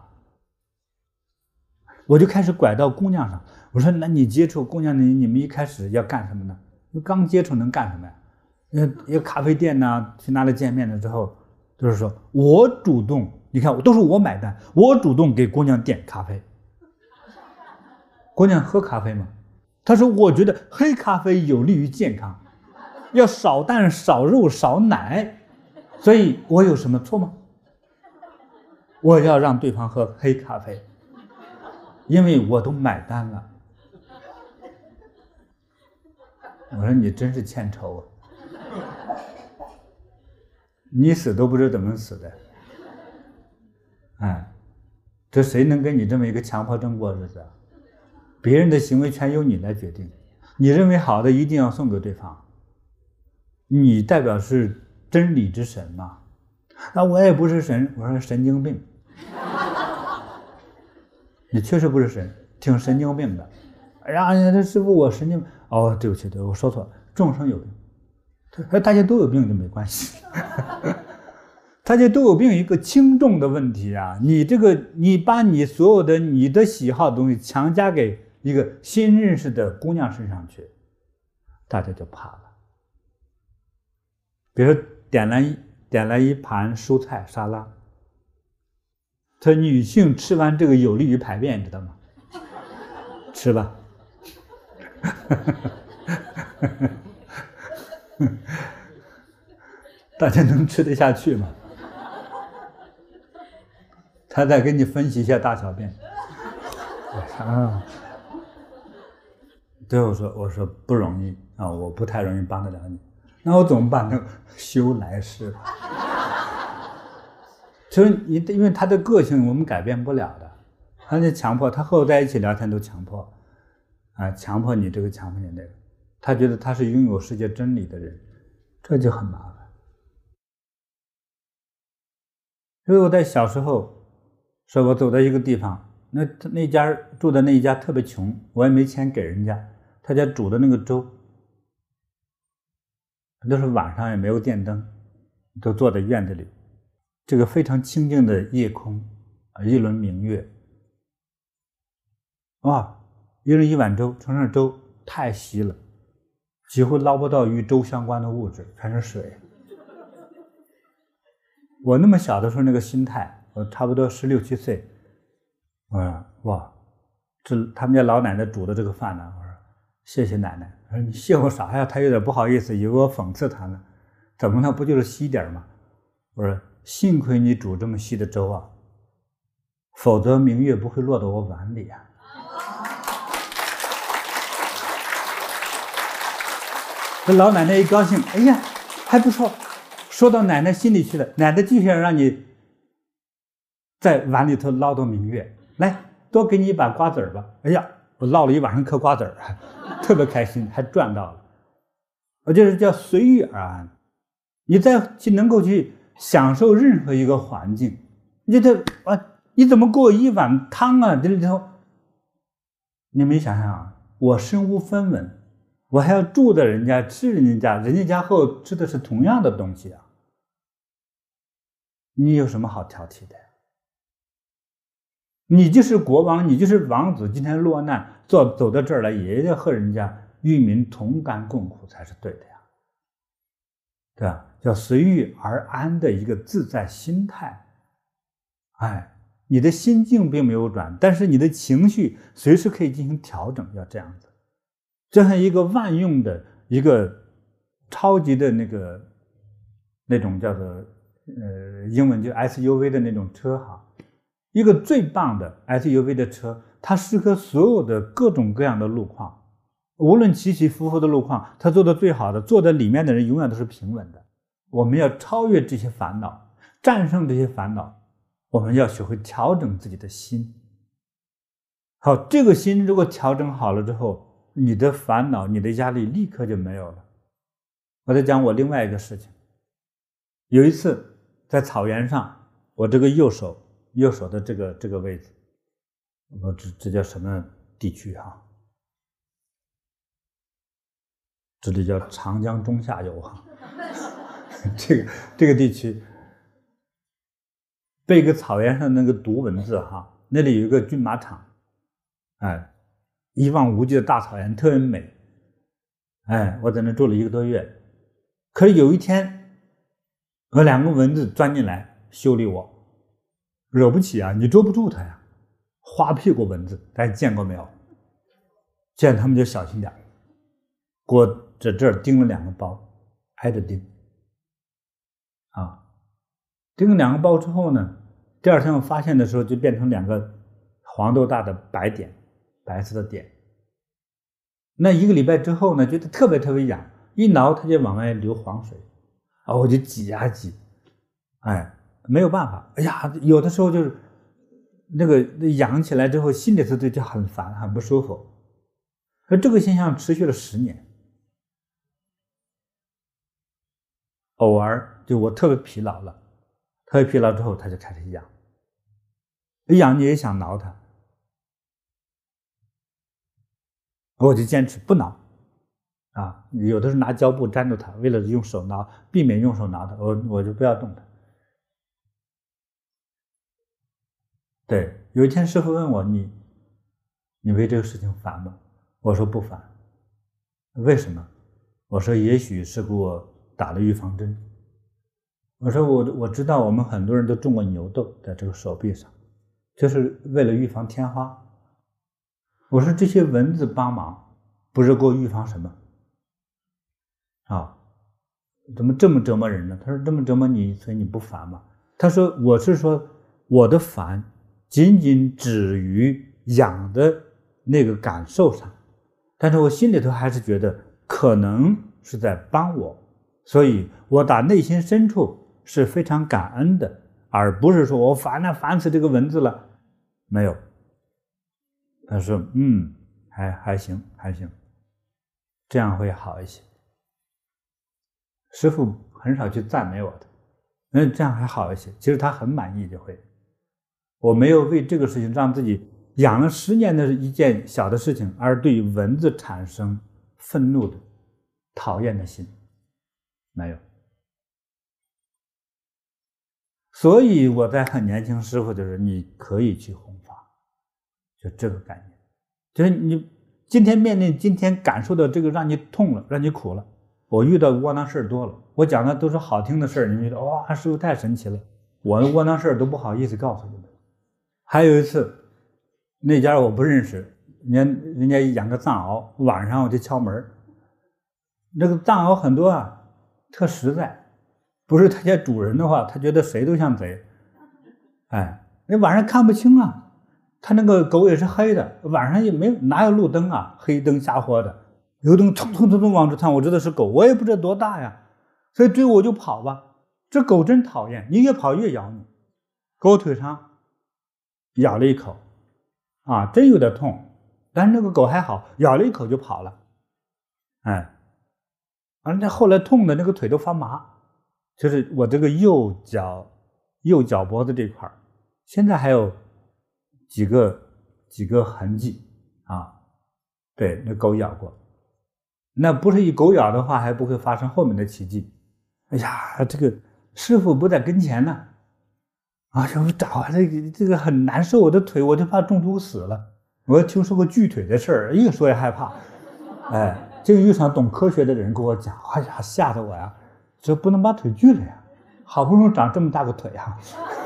我就开始拐到姑娘上，我说那你接触姑娘，你你们一开始要干什么呢？刚接触能干什么呀？一个咖啡店呢、啊，去哪里见面了之后，就是说我主动，你看都是我买单，我主动给姑娘点咖啡。姑娘喝咖啡吗？她说我觉得黑咖啡有利于健康，要少蛋少肉少奶，所以我有什么错吗？我要让对方喝黑咖啡，因为我都买单了。我说你真是欠抽啊，你死都不知怎么死的。哎，这谁能跟你这么一个强迫症过日子啊？别人的行为全由你来决定，你认为好的一定要送给对方，你代表是真理之神嘛？那我也不是神，我说神经病。你确实不是神，挺神经病的。哎呀，这师傅我神经哦，对不起，对我说错了，众生有病，大家都有病就没关系。大家都有病，一个轻重的问题啊！你这个，你把你所有的你的喜好的东西强加给一个新认识的姑娘身上去，大家就怕了。比如说点来点来一盘蔬菜沙拉，她女性吃完这个有利于排便，你知道吗？吃吧。大家能吃得下去吗？他再给你分析一下大小便。啊，最后说我说不容易啊，我不太容易帮得了你，那我怎么办呢？修来世吧。其实你因为他的个性我们改变不了的，他就强迫他和我在一起聊天都强迫啊，强迫你这个强迫你那个，他觉得他是拥有世界真理的人， 这就很麻烦。所以我在小时候，说我走到一个地方，那那家住的那一家特别穷，我也没钱给人家，他家煮的那个粥，都是晚上也没有电灯，都坐在院子里，这个非常清静的夜空，一轮明月，哇，一人一碗粥，盛上粥太稀了，几乎捞不到与粥相关的物质，全是水。我那么小的时候那个心态，我差不多十六七岁，我说哇，这他们家老奶奶煮的这个饭呢，我说谢谢奶奶。我说你谢我啥呀？她有点不好意思，以为我讽刺她呢。怎么了？不就是稀点吗？我说幸亏你煮这么稀的粥啊，否则明月不会落到我碗里啊。这老奶奶一高兴，哎呀，还不错。说到奶奶心里去了，奶奶就想让你在碗里头捞到明月，来多给你一把瓜子儿吧。哎呀，我捞了一晚上嗑瓜子儿，特别开心，还赚到了。我这是叫随遇而安。你再去能够去享受任何一个环境，你这啊，你怎么给我一碗汤啊？这里头，你没想想啊，我身无分文，我还要住在人家，吃人家家，人家家后吃的是同样的东西啊。你有什么好挑剔的？你就是国王，你就是王子，今天落难，走走到这儿来，也要和人家与民同甘共苦才是对的呀，对吧？叫随遇而安的一个自在心态。哎，你的心境并没有转，但是你的情绪随时可以进行调整，要这样子。就像一个万用的一个超级的那个那种叫做呃英文就 S U V 的那种车哈，一个最棒的 S U V 的车，它适合所有的各种各样的路况，无论起起伏伏的路况，它做的最好的，坐在里面的人永远都是平稳的。我们要超越这些烦恼，战胜这些烦恼，我们要学会调整自己的心。好，这个心如果调整好了之后，你的烦恼，你的压力立刻就没有了。我在讲我另外一个事情，有一次在草原上，我这个右手右手的这个这个位置，我这这叫什么地区哈？这里叫长江中下游哈。这个这个地区被一个草原上那个毒蚊子哈，那里有一个骏马场，哎，一望无际的大草原特别美，哎，我在那住了一个多月。可是有一天，有两个蚊子钻进来修理我，惹不起啊，你捉不住它呀，花屁股蚊子，大家见过没有？见他们就小心点，给我在这儿叮了两个包，挨着叮。啊，叮了两个包之后呢，第二天我发现的时候就变成两个黄豆大的白点，白色的点。那一个礼拜之后呢，觉得特别特别痒，一挠它就往外流黄水，啊，我就挤啊挤，哎，没有办法，哎呀，有的时候就是那个痒起来之后，心里头就很烦，很不舒服。而这个现象持续了十年。偶尔就我特别疲劳了，特别疲劳之后，它就开始痒，一痒你也想挠它，我就坚持不挠啊。有的是拿胶布粘住它，为了用手挠，避免用手挠它，我我就不要动它。对，有一天师父问我，你你为这个事情烦吗？我说不烦。为什么？我说也许是给我打了预防针。我说我我知道我们很多人都中过牛痘在这个手臂上，就是为了预防天花。我说这些蚊子帮忙不是给我预防什么啊？怎么这么折磨人呢？他说这么折磨你，所以你不烦吗？他说我是说我的烦仅仅止于痒的那个感受上，但是我心里头还是觉得可能是在帮我，所以我打内心深处是非常感恩的，而不是说我烦了烦死这个蚊子了，没有。他说嗯，还还行还行，这样会好一些。 师父很少去赞美我的，那这样还好一些。其实他很满意就会。我没有为这个事情让自己养了十年的一件小的事情，而对蚊子产生愤怒的、讨厌的心，没有。所以我在很年轻师父就是你可以去弘法，就这个概念，就是你今天面临今天感受到这个让你痛了，让你苦了。我遇到窝囊事儿多了，我讲的都是好听的事儿，你们觉得哇，师父太神奇了，我的窝囊事儿都不好意思告诉你们。还有一次，那家我不认识，人家人家养个藏獒，晚上我就敲门，那个藏獒很多啊，特实在。不是他家主人的话，他觉得谁都像贼。哎，那晚上看不清啊，他那个狗也是黑的，晚上也没有哪有路灯啊，黑灯瞎火的，油灯冲冲冲冲往这窜，我知道是狗，我也不知道多大呀，所以追我就跑吧。这狗真讨厌，你越跑越咬你。狗腿上咬了一口，啊，真有点痛，但是那个狗还好，咬了一口就跑了。哎，而且后来痛的那个腿都发麻。就是我这个右脚右脚脖子这块现在还有几个几个痕迹啊，对，那狗咬过。那不是一狗咬的话，还不会发生后面的奇迹。哎呀，这个师父不在跟前呢，啊，我找这个这个很难受，我的腿我就怕中毒死了。我听说过锯腿的事儿，越说越害怕。哎，这个遇上懂科学的人跟我讲，哎呀，吓得我呀！这不能把腿锯了呀，好不容易长这么大个腿啊！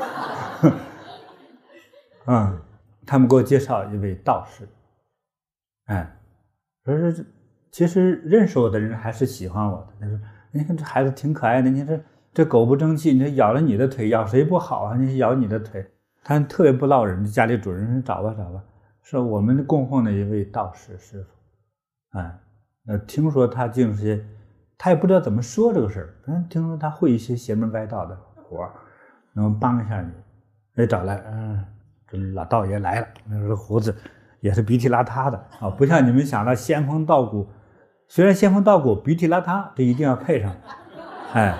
嗯，他们给我介绍一位道士，哎，说是其实认识我的人还是喜欢我的。他说：“你看这孩子挺可爱的，你这这狗不争气，你这咬了你的腿，咬谁不好啊？你咬你的腿。”他特别不落人，家里主人说：“找吧找吧。”说我们供奉的一位道士师傅，哎，呃，听说他净是。他也不知道怎么说这个事儿，嗯，听说他会一些邪门歪道的活，能帮一下你，哎，找来，嗯，这老道爷来了，那个胡子也是鼻涕邋遢的啊，不像你们想的仙风道骨，虽然仙风道骨鼻涕邋遢，这一定要配上，哎，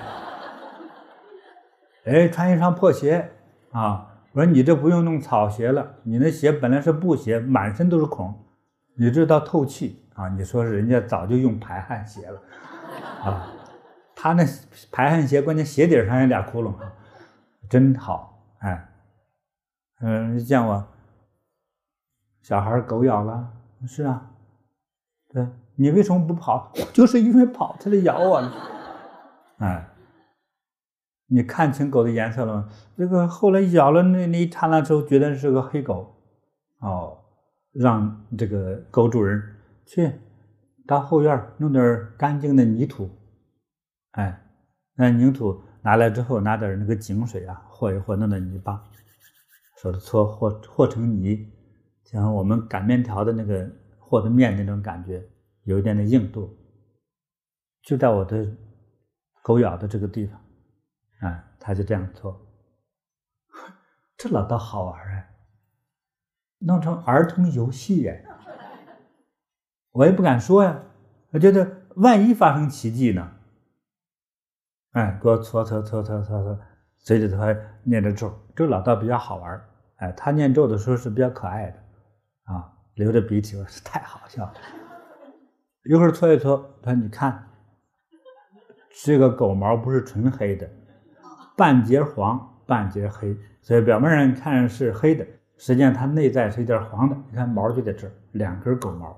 哎，穿一双破鞋啊，我说你这不用弄草鞋了，你那鞋本来是布鞋，满身都是孔，你这倒透气啊，你说是人家早就用排汗鞋了。啊，他那排汗鞋，关键鞋底上有俩窟窿，真好，哎，嗯，见我小孩狗咬了，是啊，对，你为什么不跑？就是因为跑，它在咬我呢，哎，你看清狗的颜色了吗？这个后来咬了那那一刹那之后，觉得是个黑狗，哦，让这个狗主人去。到后院弄点干净的泥土，哎，那泥土拿来之后，拿点那个井水啊，和一和，弄点泥巴，手搓和和成泥，像我们擀面条的那个和的面那种感觉，有一点的硬度，就在我的狗咬的这个地方，哎，他就这样搓，这老道好玩哎，弄成儿童游戏哎。我也不敢说呀，我觉得万一发生奇迹呢？哎，给我搓搓搓搓搓搓，嘴里头还念着咒。这个老道比较好玩，哎，他念咒的时候是比较可爱的，啊，流着鼻涕，我说太好笑了。一会儿搓一搓，他说你看，这个狗毛不是纯黑的，半截黄，半截黑，所以表面上看是黑的，实际上它内在是一点黄的。你看毛就在这儿，两根狗毛。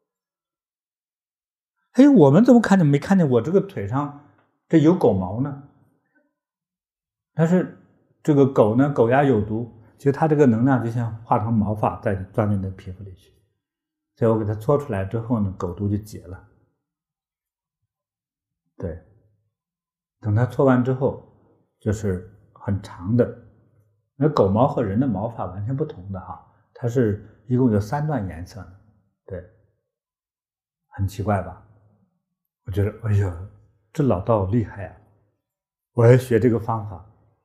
哎，我们怎么看见没看见我这个腿上这有狗毛呢？但是这个狗呢，狗牙有毒，其实它这个能量就像化成毛发再钻进你的皮肤里去，所以我给它搓出来之后呢，狗毒就解了。对，等它搓完之后，就是很长的。那狗毛和人的毛发完全不同的哈，它是一共有三段颜色的，对，很奇怪吧？我觉得，哎呀，这老道厉害啊！我要学这个方法。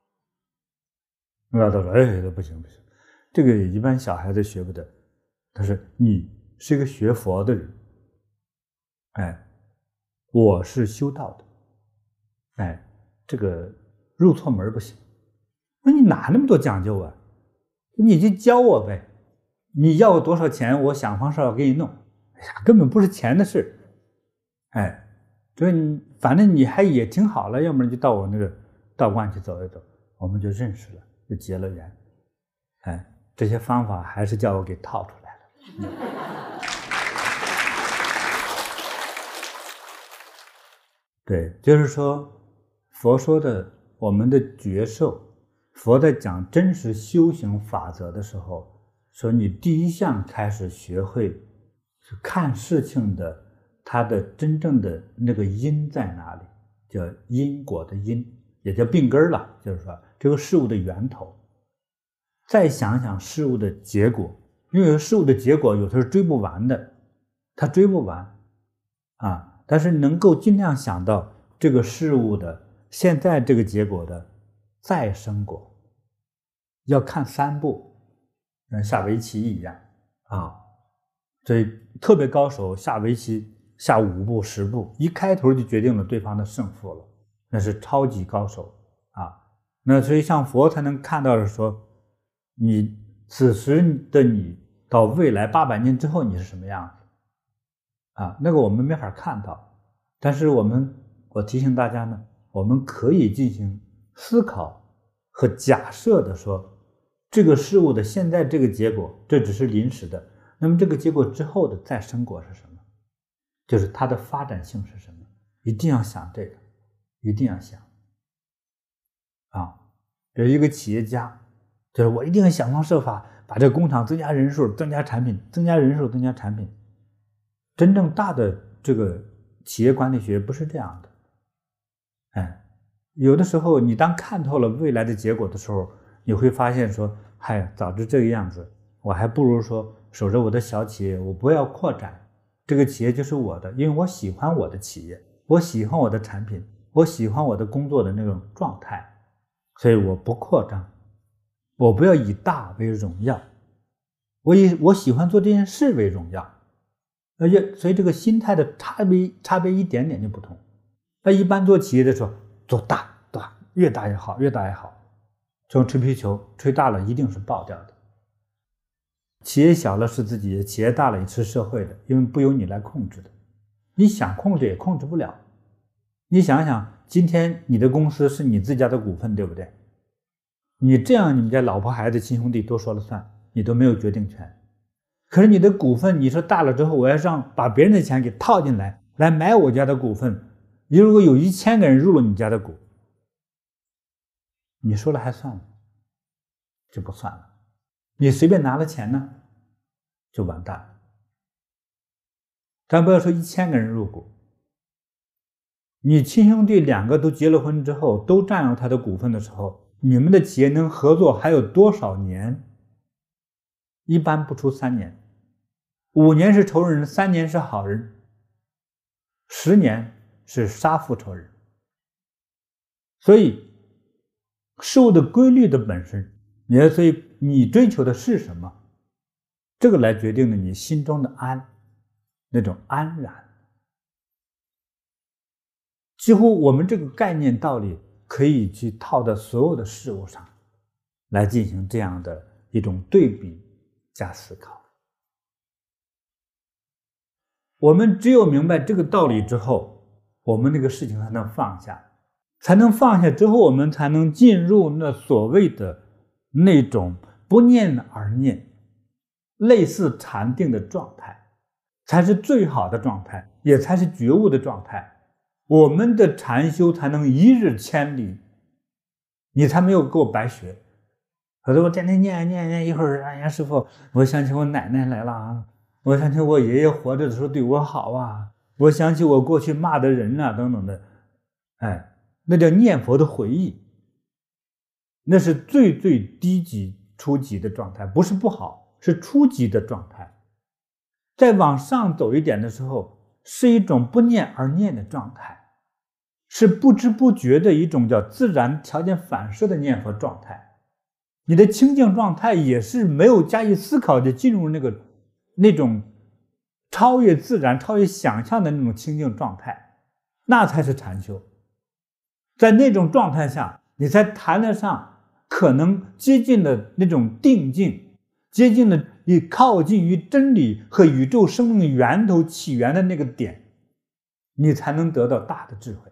老道说：“哎，不行不行，这个一般小孩子学不得。”他说：“你是一个学佛的人，哎，我是修道的， 哎，这个入错门不行。那你哪那么多讲究啊？你就教我呗，你要我多少钱，我想方设法给你弄。哎呀，根本不是钱的事。哎，所以你反正你还也挺好了，要不然就到我那个道观去走一走，我们就认识了，就结了缘。哎，这些方法还是叫我给套出来了。嗯、对，就是说，佛说的我们的觉受，佛在讲真实修行法则的时候，说你第一项开始学会是看事情的它的真正的那个因在哪里，叫因果的因，也叫病根了，就是说这个事物的源头。再想想事物的结果，因为事物的结果有时候是追不完的，它追不完啊，但是能够尽量想到这个事物的现在这个结果的再生果，要看三步，像下围棋一样啊。所以特别高手下围棋下五步十步，一开头就决定了对方的胜负了，那是超级高手啊。那所以像佛才能看到的说，你此时的你到未来八百年之后你是什么样子啊？那个我们没法看到，但是我们我提醒大家呢，我们可以进行思考和假设的说，这个事物的现在这个结果，这只是临时的，那么这个结果之后的再生果是什么？就是它的发展性是什么？一定要想这个，一定要想啊！比如一个企业家，就是我一定要想方设法把这个工厂增加人数、增加产品、增加人数、增加产品。真正大的这个企业管理学不是这样的。哎，有的时候你当看透了未来的结果的时候，你会发现说，嗨，早知这个样子，我还不如说守着我的小企业，我不要扩展。这个企业就是我的，因为我喜欢我的企业，我喜欢我的产品，我喜欢我的工作的那种状态，所以我不扩张，我不要以大为荣耀，我以我喜欢做这件事为荣耀，而且所以这个心态的差别差别一点点就不同。那一般做企业的时候，做大大，越大越好，越大越好，就像吹皮球，吹大了一定是爆掉的。企业小了是自己的，企业大了也是社会的，因为不由你来控制的，你想控制也控制不了。你想想，今天你的公司是你自家的股份，对不对？你这样，你们家老婆孩子亲兄弟都说了算，你都没有决定权。可是你的股份，你说大了之后，我要让把别人的钱给套进来，来买我家的股份。你如果有一千个人入了你家的股，你说了还算吗？就不算了。你随便拿了钱呢，就完蛋了。咱不要说一千个人入股，你亲兄弟两个都结了婚之后，都占有他的股份的时候，你们的企业能合作还有多少年？一般不出三年，五年是仇人，三年是好人，十年是杀父仇人。所以事物的规律的本身，你所以你追求的是什么？这个来决定了你心中的安，那种安然。几乎我们这个概念道理可以去套到所有的事物上，来进行这样的一种对比加思考。我们只有明白这个道理之后，我们那个事情才能放下，才能放下之后，我们才能进入那所谓的那种不念而念，类似禅定的状态，才是最好的状态，也才是觉悟的状态。我们的禅修才能一日千里，你才没有给我白学。可是我天天念念念，一会儿哎呀师父，我想起我奶奶来了啊，我想起我爷爷活着的时候对我好啊，我想起我过去骂的人啊等等的，哎，那叫念佛的回忆，那是最最低级初级的状态，不是不好，是初级的状态。再往上走一点的时候，是一种不念而念的状态，是不知不觉的一种叫自然条件反射的念佛状态。你的清净状态也是没有加以思考就进入那个那种超越自然超越想象的那种清净状态，那才是禅修。 在那种状态下，你才谈得上可能接近了那种定境，接近了以靠近于真理和宇宙生命源头起源的那个点，你才能得到大的智慧。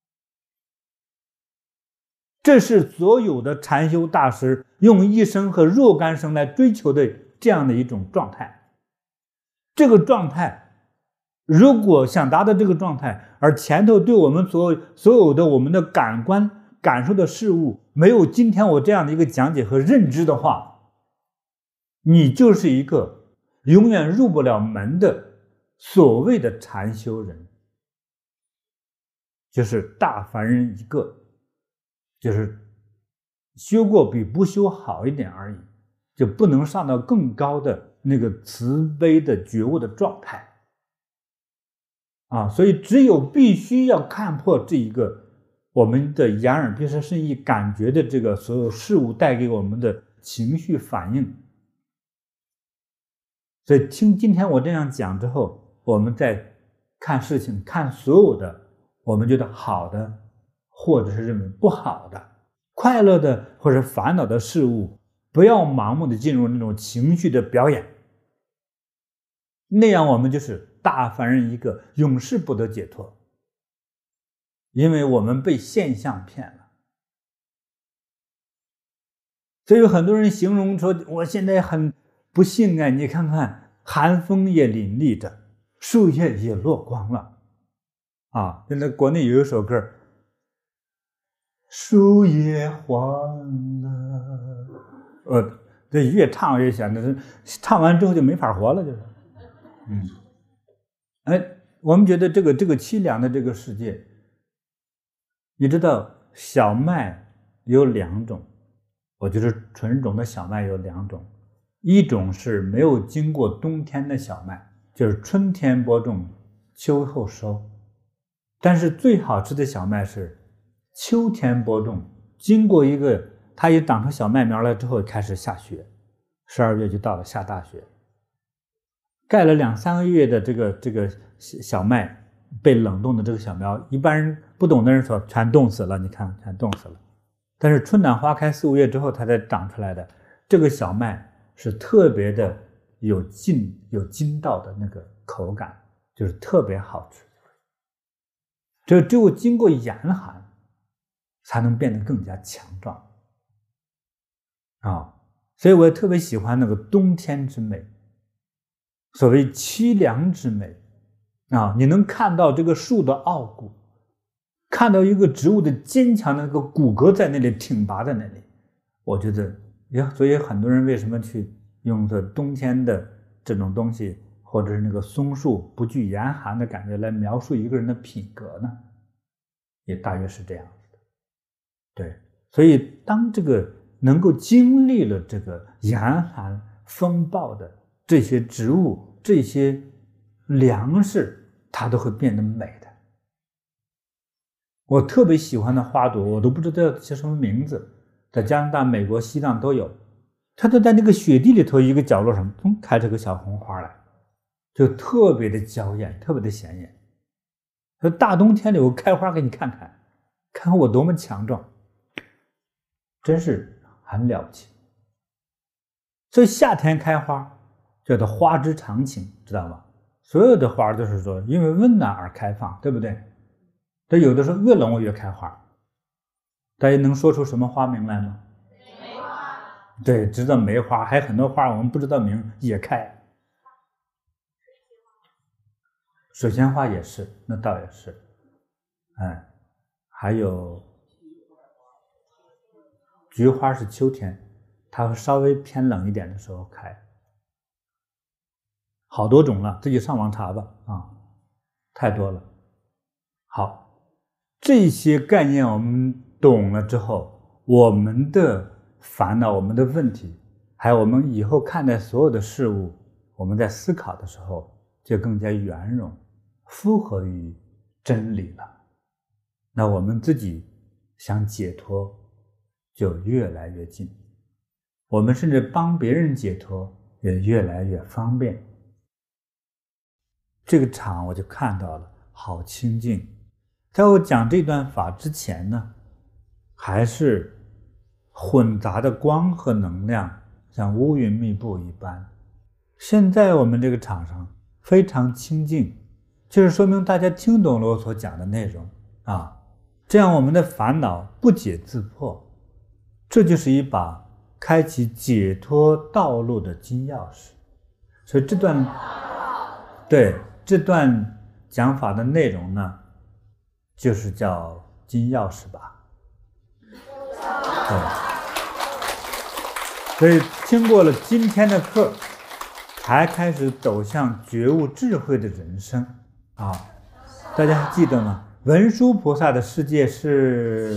这是所有的禅修大师用一生和若干生来追求的这样的一种状态。这个状态，如果想达到这个状态，而前头对我们所有所有的我们的感官感受的事物没有今天我这样的一个讲解和认知的话，你就是一个永远入不了门的所谓的禅修人，就是大凡人一个，就是修过比不修好一点而已，就不能上到更高的那个慈悲的觉悟的状态啊！所以只有必须要看破这一个我们的眼耳鼻舌身意感觉的这个所有事物带给我们的情绪反应。所以听今天我这样讲之后，我们再看事情，看所有的我们觉得好的，或者是认为不好的，快乐的或者烦恼的事物，不要盲目的进入那种情绪的表演，那样我们就是大凡人一个，永世不得解脱，因为我们被现象骗了。所以有很多人形容说，我现在很不幸啊，你看看寒风也凛冽着，树叶也落光了啊！现在国内有一首歌，树叶黄了，呃，这越唱越显得唱完之后就没法活了，就是，嗯，哎，我们觉得这个这个凄凉的这个世界，你知道小麦有两种，我觉得纯种的小麦有两种，一种是没有经过冬天的小麦，就是春天播种，秋后收。但是最好吃的小麦是秋天播种，经过一个它一长出小麦苗来之后开始下雪，十二月就到了下大雪，盖了两三个月的这个这个小麦被冷冻的这个小苗，一般人不懂的人说全冻死了，你看全冻死了。但是春暖花开四五月之后它才长出来的这个小麦是特别的有劲有筋道的那个口感，就是特别好吃。这只有经过严寒才能变得更加强壮啊！所以我也特别喜欢那个冬天之美，所谓凄凉之美啊！你能看到这个树的傲骨，看到一个植物的坚强的那个骨骼在那里挺拔在那里，我觉得呀，所以很多人为什么去用这冬天的这种东西，或者是那个松树不惧严寒的感觉来描述一个人的品格呢？也大约是这样子的。对，所以当这个能够经历了这个严寒风暴的这些植物，这些粮食，它都会变得美的。我特别喜欢的花朵，我都不知道叫什么名字，在加拿大、美国、西藏都有，它都在那个雪地里头一个角落上，咚开着个小红花来，就特别的娇艳，特别的显眼。说大冬天里我开花给你看看，看看我多么强壮，真是很了不起。所以夏天开花叫做花之常情，知道吗？所有的花都是说因为温暖而开放，对不对？这有的时候越冷越开花。大家能说出什么花名来吗？
梅花。
对，知道梅花，还有很多花我们不知道名也开。水仙花也是，那倒也是，哎，还有菊花是秋天，它会稍微偏冷一点的时候开，好多种了，自己上网查吧啊，太多了。好，这些概念我们懂了之后，我们的烦恼、我们的问题，还有我们以后看待所有的事物，我们在思考的时候就更加圆融，符合于真理了。那我们自己想解脱就越来越近，我们甚至帮别人解脱也越来越方便。这个场我就看到了，好清静， 在我讲这段法之前呢，还是混杂的光和能量，像乌云密布一般。现在我们这个场上非常清净，就是说明大家听懂了我所讲的内容啊，这样我们的烦恼不解自破，这就是一把开启解脱道路的金钥匙。所以这段对这段讲法的内容呢，就是叫金钥匙吧。对，所以经过了今天的课，才开始走向觉悟智慧的人生啊！大家还记得吗？文殊菩萨的世界是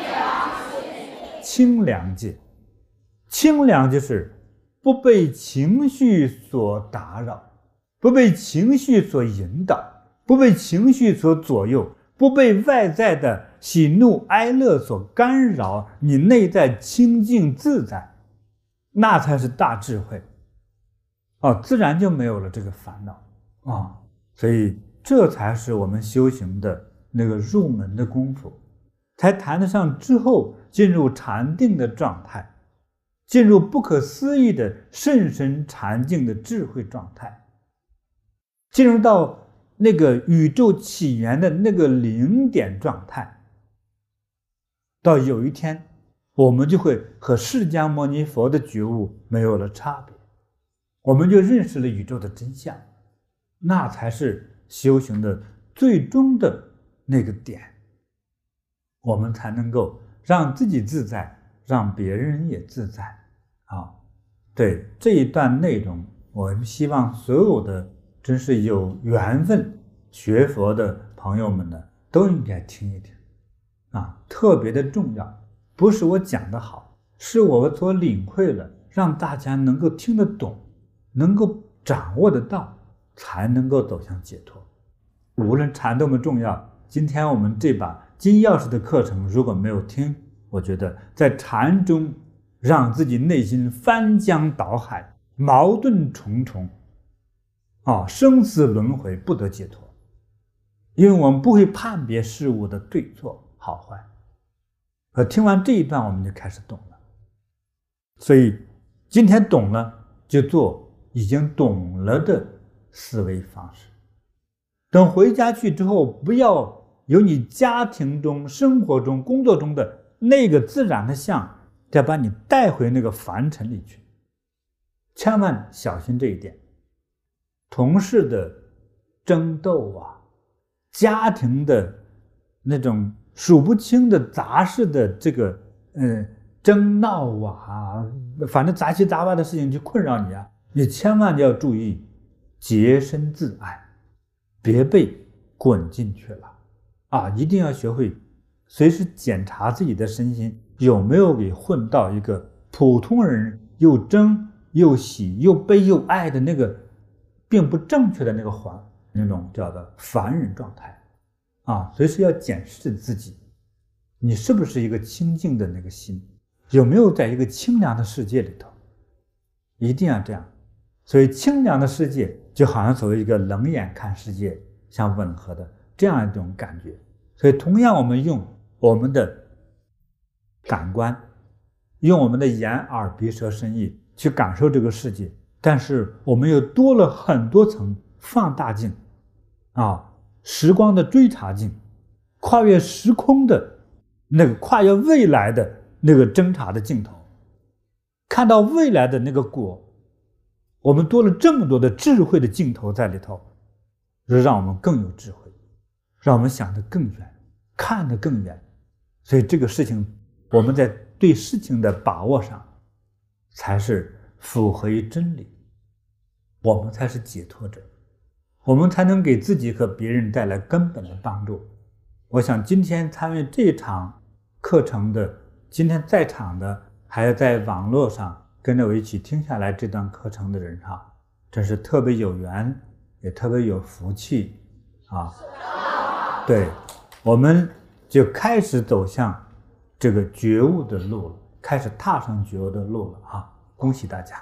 清凉界，清凉就是不被情绪所打扰，不被情绪所引导，不被情绪所左右，不被外在的喜怒哀乐所干扰，你内在清净自在，那才是大智慧哦，自然就没有了这个烦恼啊、哦！所以这才是我们修行的那个入门的功夫，才谈得上之后进入禅定的状态，进入不可思议的甚深禅境的智慧状态，进入到那个宇宙起源的那个零点状态。到有一天，我们就会和释迦牟尼佛的觉悟没有了差别，我们就认识了宇宙的真相，那才是修行的最终的那个点，我们才能够让自己自在，让别人也自在啊！对这一段内容，我们希望所有的真是有缘分学佛的朋友们呢，都应该听一听啊，特别的重要。不是我讲的好，是我所领会了，让大家能够听得懂，能够掌握得到，才能够走向解脱。无论禅多么重要，今天我们这把金钥匙的课程如果没有听，我觉得在禅中让自己内心翻江倒海，矛盾重重啊，生死轮回，不得解脱。因为我们不会判别事物的对错好坏。可听完这一段，我们就开始懂了。所以今天懂了，就做已经懂了的思维方式。等回家去之后，不要有你家庭中、生活中、工作中的那个自然的相，再把你带回那个凡尘里去。千万小心这一点。同事的争斗啊，家庭的那种数不清的杂事的这个嗯争闹啊，反正杂七杂八的事情就困扰你啊，你千万要注意洁身自爱，别被滚进去了啊！一定要学会随时检查自己的身心有没有给混到一个普通人又争又喜又悲又爱的那个并不正确的那个环那种叫做凡人状态啊！随时要检视自己，你是不是一个清净的那个心，有没有在一个清凉的世界里头？一定要这样。所以清凉的世界就好像所谓一个冷眼看世界相吻合的这样一种感觉。所以同样我们用我们的感官，用我们的眼耳鼻舌身意去感受这个世界，但是我们又多了很多层放大镜啊，时光的追查镜，跨越时空的那个跨越未来的那个侦查的镜头，看到未来的那个果。我们多了这么多的智慧的镜头在里头，让我们更有智慧，让我们想得更远，看得更远。所以这个事情我们在对事情的把握上才是符合于真理，我们才是解脱者，我们才能给自己和别人带来根本的帮助。我想今天参与这场课程的，今天在场的，还有在网络上跟着我一起听下来这段课程的人哈，真是特别有缘，也特别有福气啊！对，我们就开始走向这个觉悟的路了，开始踏上觉悟的路了啊！恭喜大家！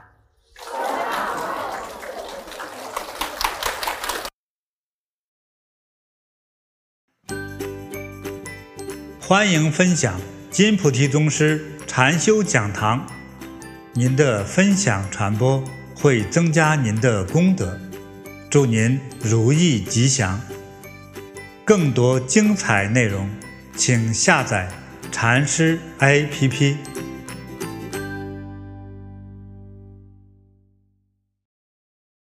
欢迎分享金菩提宗师禅修讲堂，您的分享传播会增加您的功德，祝您如意吉祥。更多精彩内容，请下载禅师 A P P。